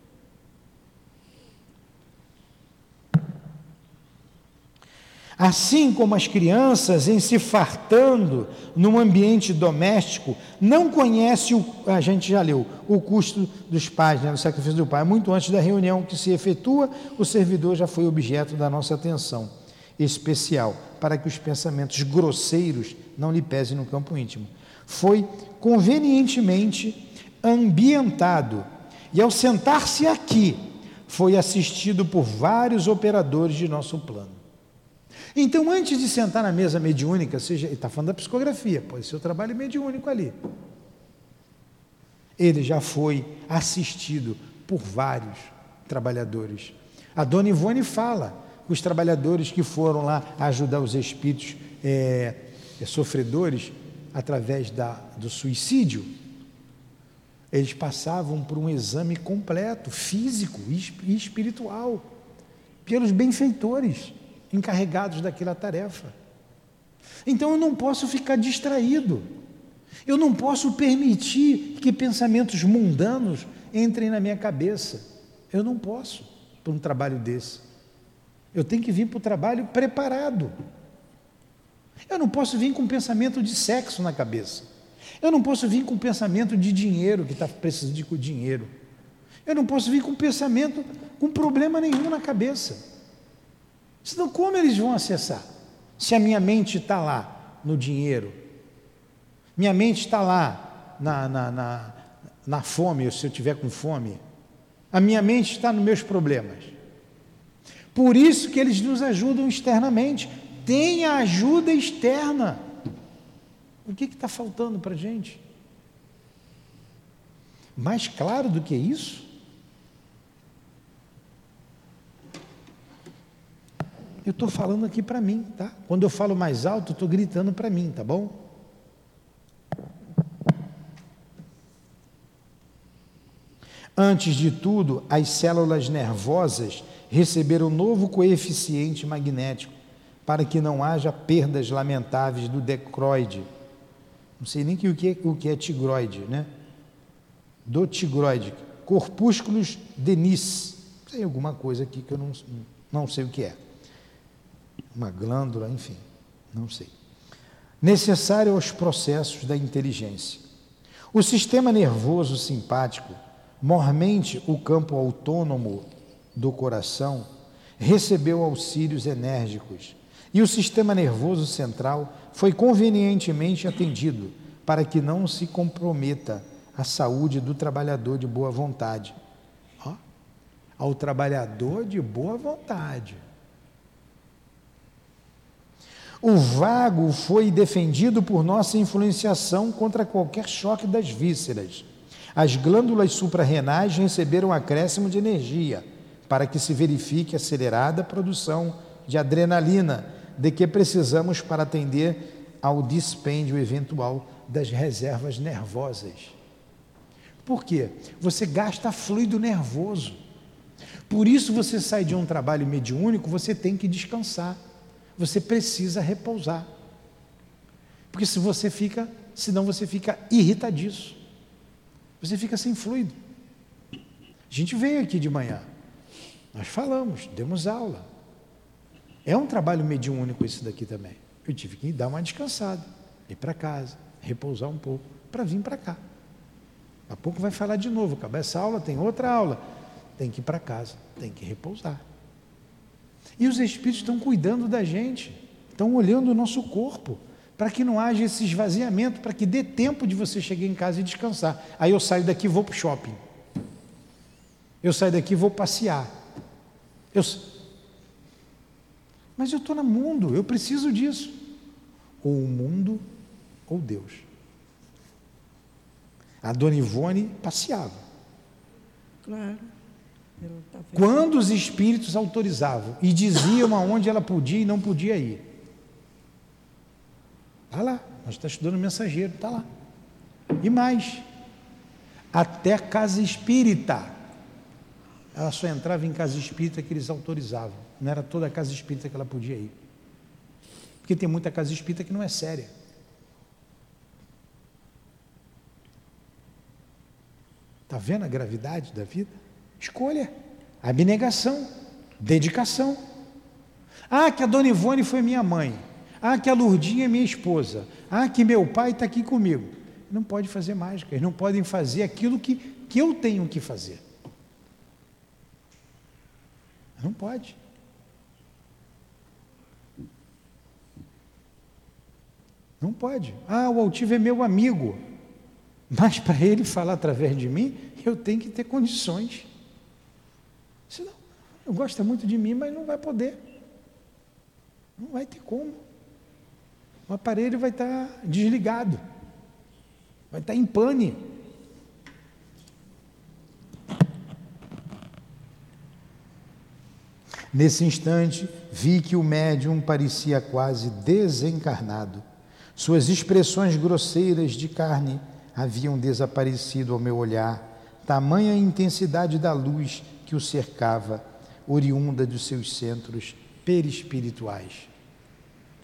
Assim como as crianças, em se fartando num ambiente doméstico, não conhecem, o, a gente já leu, o custo dos pais, né, do sacrifício do pai. Muito antes da reunião que se efetua, o servidor já foi objeto da nossa atenção especial, para que os pensamentos grosseiros não lhe pesem no campo íntimo. Foi convenientemente ambientado, e ao sentar-se aqui, foi assistido por vários operadores de nosso plano. Então, antes de sentar na mesa mediúnica, seja, ele está falando da psicografia, pode ser o trabalho mediúnico ali. Ele já foi assistido por vários trabalhadores. A dona Ivone fala, os trabalhadores que foram lá ajudar os espíritos é, é, sofredores através da, do suicídio, eles passavam por um exame completo, físico e espiritual, pelos benfeitores encarregados daquela tarefa. Então eu não posso ficar distraído. Eu não posso permitir que pensamentos mundanos entrem na minha cabeça. Eu não posso para um trabalho desse. Eu tenho que vir para o trabalho preparado. Eu não posso vir com um pensamento de sexo na cabeça. Eu não posso vir com um pensamento de dinheiro, que está precisando de dinheiro. Eu não posso vir com um pensamento com problema nenhum na cabeça. Senão como eles vão acessar? Se a minha mente está lá no dinheiro, minha mente está lá na, na, na, na fome, ou se eu estiver com fome, a minha mente está nos meus problemas. Por isso que eles nos ajudam externamente. Tenha ajuda externa. O que está faltando para a gente? Mais claro do que isso? Eu estou falando aqui para mim, tá? Quando eu falo mais alto, eu estou gritando para mim, tá bom? Antes de tudo, as células nervosas receberam um novo coeficiente magnético para que não haja perdas lamentáveis do decroide. Não sei nem o que é, o que é tigroide, né? Do tigroide, corpúsculos denis. Tem alguma coisa aqui que eu não, não sei o que é. Uma glândula, enfim, não sei. Necessário aos processos da inteligência. O sistema nervoso simpático, mormente o campo autônomo do coração, recebeu auxílios enérgicos e o sistema nervoso central foi convenientemente atendido para que não se comprometa a saúde do trabalhador de boa vontade. Ó, ao trabalhador de boa vontade. O vago foi defendido por nossa influenciação contra qualquer choque das vísceras. As glândulas suprarrenais receberam acréscimo de energia para que se verifique a acelerada produção de adrenalina de que precisamos para atender ao dispêndio eventual das reservas nervosas. Por quê? Você gasta fluido nervoso. Por isso você sai de um trabalho mediúnico, você tem que descansar. Você precisa repousar. Porque se você fica, senão você fica irritadiço. Você fica sem fluido. A gente veio aqui de manhã. Nós falamos, demos aula. É um trabalho mediúnico isso daqui também. Eu tive que dar uma descansada, ir para casa, repousar um pouco, para vir para cá. Daqui a pouco vai falar de novo, acabar essa aula, tem outra aula. Tem que ir para casa, tem que repousar. E os espíritos estão cuidando da gente, estão olhando o nosso corpo, para que não haja esse esvaziamento, para que dê tempo de você chegar em casa e descansar. Aí eu saio daqui e vou para o shopping. Eu saio daqui e vou passear. Eu... Mas eu estou no mundo, eu preciso disso. Ou o mundo, ou Deus. A Dona Ivone passeava. Claro. Quando os espíritos autorizavam e diziam aonde ela podia e não podia ir. Está lá, nós estamos estudando Mensageiro, está lá. E mais, até a casa espírita. Ela só entrava em casa espírita que eles autorizavam. Não era toda a casa espírita que ela podia ir. Porque tem muita casa espírita que não é séria. Está vendo a gravidade da vida? Escolha, abnegação, dedicação. Ah, que a Dona Ivone foi minha mãe. Ah, que a Lurdinha é minha esposa. Ah, que meu pai está aqui comigo. Não pode fazer mágica, eles não podem fazer aquilo que, que eu tenho que fazer. Não pode. Não pode. Ah, o altivo é meu amigo. Mas para ele falar através de mim, eu tenho que ter condições. Senão, eu gosto muito de mim, mas não vai poder. Não vai ter como. O aparelho vai estar desligado. Vai estar em pane. Nesse instante, vi que o médium parecia quase desencarnado. Suas expressões grosseiras de carne haviam desaparecido ao meu olhar, tamanha a intensidade da luz que o cercava, oriunda dos seus centros perispirituais.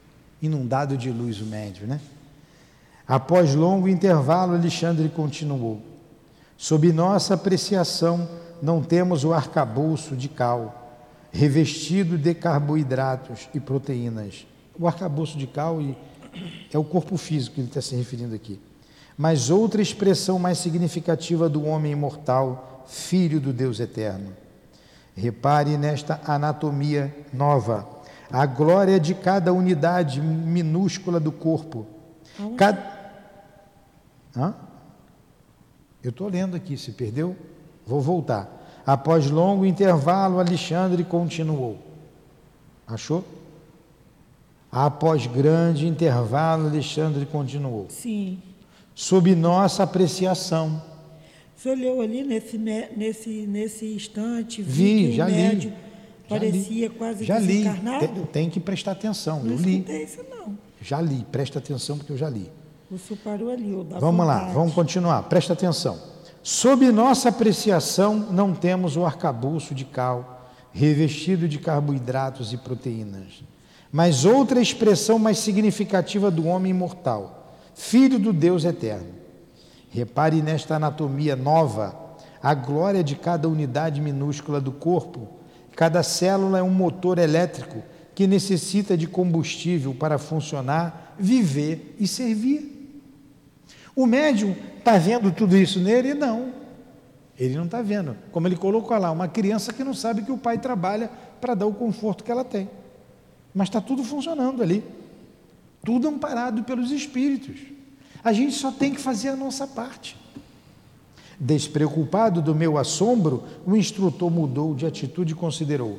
inundado de luz o médium, né? Após longo intervalo, Alexandre continuou: sob nossa apreciação, não temos o arcabouço de cal, revestido de carboidratos e proteínas. O arcabouço de cal é o corpo físico que ele está se referindo aqui. Mas outra expressão mais significativa do homem imortal, filho do Deus eterno. Repare nesta anatomia nova, a glória de cada unidade minúscula do corpo. Cada... Hã? Eu estou lendo aqui, se perdeu? Vou voltar. Após longo intervalo, Alexandre continuou. Achou? Após grande intervalo, Alexandre continuou.
Sim.
Sob nossa apreciação.
O senhor leu ali nesse, nesse, nesse instante,
vi,
que
já
o médium
li.
parecia
já
quase
já
desencarnado?
Li. Tem, tem que prestar atenção.
Não
eu li.
escutei isso, não.
Já li, presta atenção porque eu já li.
O senhor parou ali, o da
Vamos
vontade.
lá, vamos continuar, presta atenção. Sob nossa apreciação, não temos o arcabouço de cal, revestido de carboidratos e proteínas, mas outra expressão mais significativa do homem imortal, filho do Deus eterno. Repare nesta anatomia nova, a glória de cada unidade minúscula do corpo. Cada célula é um motor elétrico que necessita de combustível para funcionar, viver e servir. O médium está vendo tudo isso nele? Não, ele não está vendo. Como ele colocou lá, uma criança que não sabe que o pai trabalha para dar o conforto que ela tem. Mas está tudo funcionando ali. Tudo amparado pelos espíritos. A gente só tem que fazer a nossa parte. Despreocupado do meu assombro, o instrutor mudou de atitude e considerou: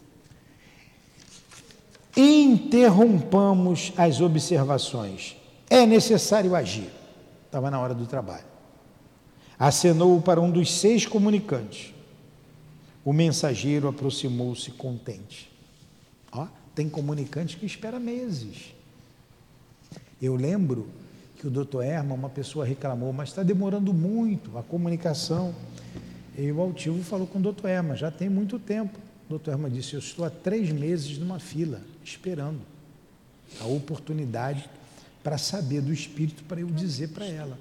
interrompamos as observações. É necessário agir. Estava na hora do trabalho. Acenou para um dos seis comunicantes. O mensageiro aproximou-se contente. Ó, tem comunicante que espera meses. Eu lembro que o doutor Herman, uma pessoa reclamou, mas está demorando muito a comunicação. E o altivo falou com o doutor Herman, já tem muito tempo. O doutor Herman disse: eu estou há três meses numa fila, esperando a oportunidade para saber do espírito, para eu dizer para ela.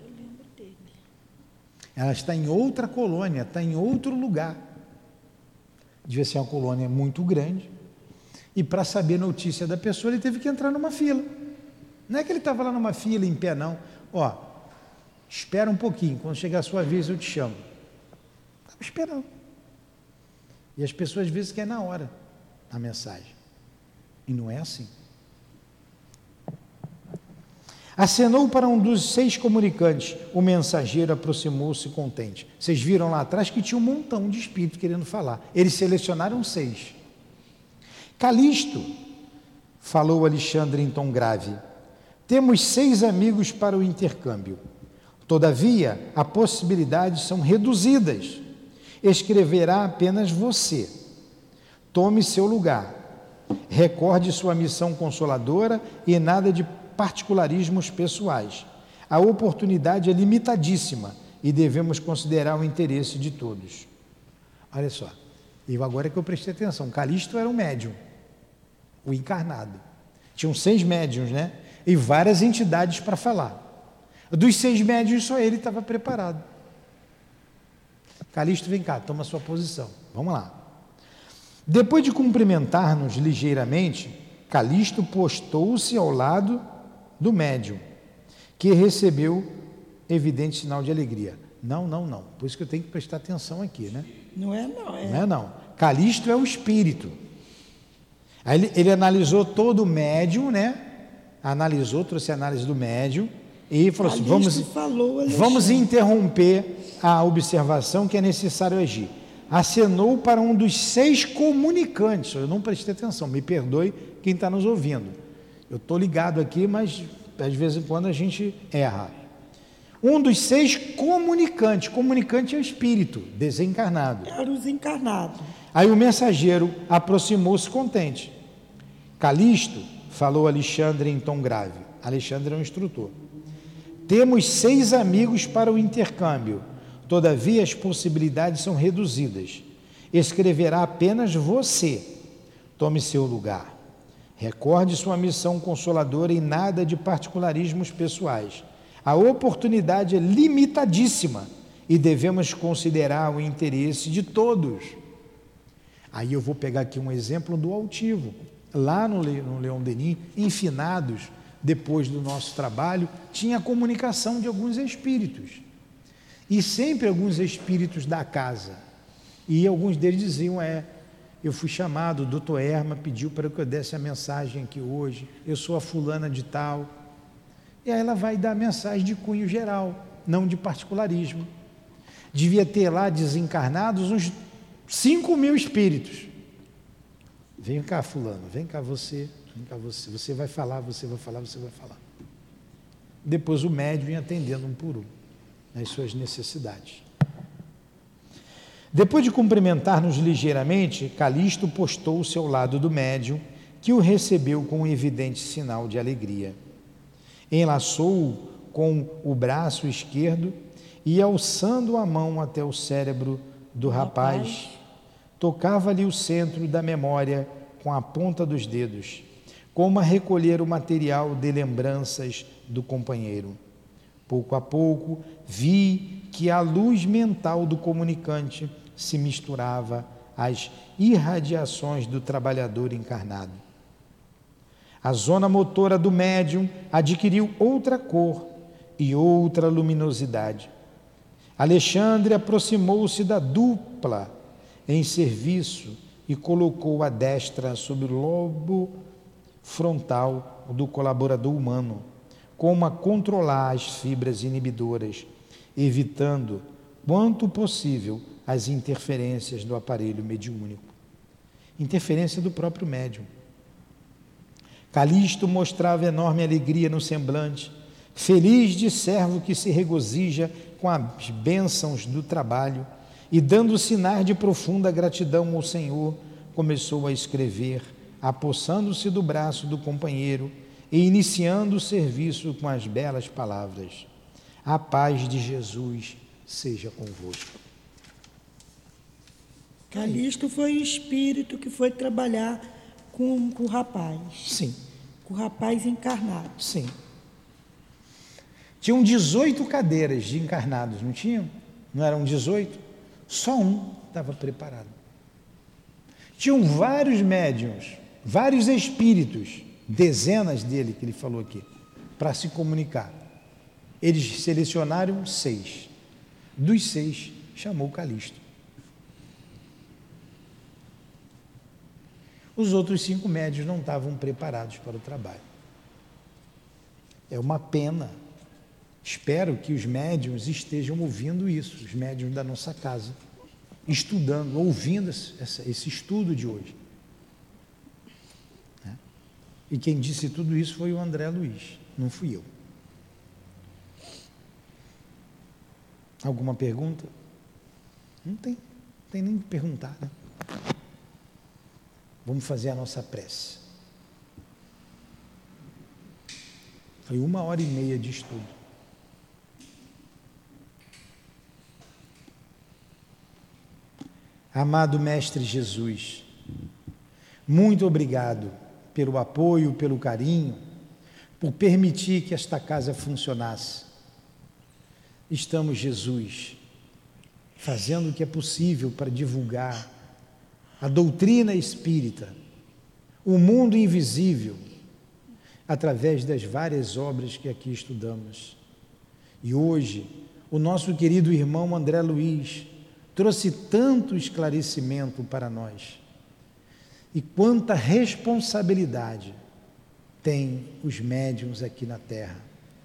Ela está em outra colônia, está em outro lugar. Devia ser uma colônia muito grande. E para saber notícia da pessoa, ele teve que entrar numa fila. Não é que ele estava lá numa fila em pé, não. Ó, espera um pouquinho, quando chegar a sua vez eu te chamo. Estava esperando. E as pessoas às vezes querem na hora a mensagem. E não é assim. Acenou para um dos seis comunicantes. O mensageiro aproximou-se contente. Vocês viram lá atrás que tinha um montão de espíritos querendo falar. Eles selecionaram seis. Calixto, falou Alexandre em tom grave, temos seis amigos para o intercâmbio. Todavia, as possibilidades são reduzidas. Escreverá apenas você. Tome seu lugar. Recorde sua missão consoladora e nada de particularismos pessoais. A oportunidade é limitadíssima e devemos considerar o interesse de todos. Olha só, e agora é que eu prestei atenção, Calixto era um médium, o encarnado. Tinham seis médiuns, né? E várias entidades para falar. Dos seis médiuns, só ele estava preparado. Calixto, vem cá, toma sua posição. Vamos lá. Depois de cumprimentar-nos ligeiramente, Calixto postou-se ao lado do médium, que recebeu evidente sinal de alegria. Não, não, não. Por isso que eu tenho que prestar atenção aqui, né?
Não é não. É...
Não é não. Calixto é o espírito. Aí ele, ele analisou todo o médium, né? Analisou, trouxe a análise do médium e falou assim, vamos,
falou,
vamos interromper a observação que é necessário agir. Acenou para um dos seis comunicantes. Eu não prestei atenção, me perdoe quem está nos ouvindo. Eu estou ligado aqui, mas às vezes em quando a gente erra. Um dos seis comunicantes. Comunicante é o espírito desencarnado.
Era os encarnados.
Aí o mensageiro aproximou-se contente. Calixto, falou Alexandre em tom grave. Alexandre é um instrutor. Temos seis amigos para o intercâmbio. Todavia as possibilidades são reduzidas. Escreverá apenas você. Tome seu lugar. Recorde sua missão consoladora e nada de particularismos pessoais. A oportunidade é limitadíssima e devemos considerar o interesse de todos. Aí eu vou pegar aqui um exemplo do altivo. Lá no, Le, no Leon Denis, em Finados, depois do nosso trabalho, tinha a comunicação de alguns espíritos. E sempre alguns espíritos da casa. E alguns deles diziam, é, eu fui chamado, o doutor Erma pediu para que eu desse a mensagem aqui hoje, eu sou a fulana de tal. E aí ela vai dar a mensagem de cunho geral, não de particularismo. Devia ter lá desencarnados uns cinco mil espíritos. Vem cá, fulano, vem cá você, vem cá você, você vai falar, você vai falar, você vai falar. Depois o médium ia atendendo um por um, nas suas necessidades. Depois de cumprimentar-nos ligeiramente, Calixto postou-se ao lado do médium, que o recebeu com um evidente sinal de alegria. Enlaçou-o com o braço esquerdo e, alçando a mão até o cérebro do rapaz, rapaz. tocava-lhe o centro da memória com a ponta dos dedos, como a recolher o material de lembranças do companheiro. Pouco a pouco, vi que a luz mental do comunicante se misturava às irradiações do trabalhador encarnado. A zona motora do médium adquiriu outra cor e outra luminosidade. Alexandre aproximou-se da dupla em serviço e colocou a destra sobre o lobo frontal do colaborador humano, como a controlar as fibras inibidoras, evitando, quanto possível, as interferências do aparelho mediúnico. Interferência do próprio médium. Calixto mostrava enorme alegria no semblante, feliz de servo que se regozija com as bênçãos do trabalho, e dando sinais de profunda gratidão ao Senhor, começou a escrever, apossando-se do braço do companheiro e iniciando o serviço com as belas palavras: a paz de Jesus seja convosco.
Calixto foi o espírito que foi trabalhar com, com o rapaz.
Sim.
Com o rapaz encarnado.
Sim. Tinham dezoito cadeiras de encarnados, não tinham? Não eram dezoito? Só um estava preparado. Tinham vários médiuns, vários espíritos, dezenas dele que ele falou aqui, para se comunicar. Eles selecionaram seis. Dos seis, chamou Calixto. Os outros cinco médiuns não estavam preparados para o trabalho. É uma pena. Espero que os médiuns estejam ouvindo isso, os médiuns da nossa casa, estudando, ouvindo esse, esse estudo de hoje. E quem disse tudo isso foi o André Luiz, não fui eu. Alguma pergunta? Não tem, não tem nem que perguntar, né? Vamos fazer a nossa prece. Foi uma hora e meia de estudo. Amado Mestre Jesus, muito obrigado pelo apoio, pelo carinho, por permitir que esta casa funcionasse. Estamos, Jesus, fazendo o que é possível para divulgar a doutrina espírita, o mundo invisível, através das várias obras que aqui estudamos. E hoje, o nosso querido irmão André Luiz trouxe tanto esclarecimento para nós. E quanta responsabilidade tem os médiuns aqui na Terra.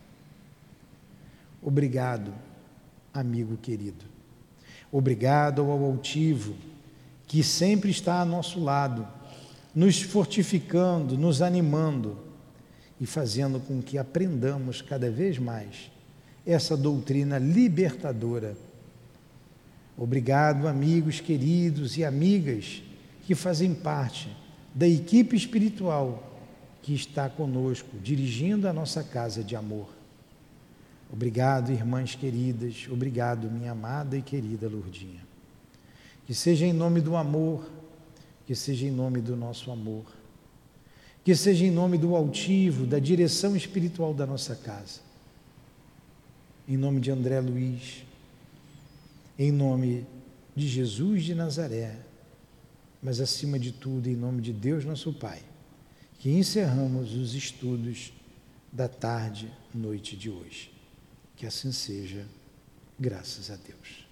Obrigado, amigo querido. Obrigado ao altivo, que sempre está a nosso lado, nos fortificando, nos animando e fazendo com que aprendamos cada vez mais essa doutrina libertadora. Obrigado, amigos queridos e amigas que fazem parte da equipe espiritual que está conosco, dirigindo a nossa casa de amor. Obrigado, irmãs queridas, obrigado, minha amada e querida Lourdinha. Que seja em nome do amor, que seja em nome do nosso amor, que seja em nome do altivo, da direção espiritual da nossa casa, em nome de André Luiz, em nome de Jesus de Nazaré, mas acima de tudo em nome de Deus nosso Pai, que encerramos os estudos da tarde, noite de hoje. Que assim seja, graças a Deus.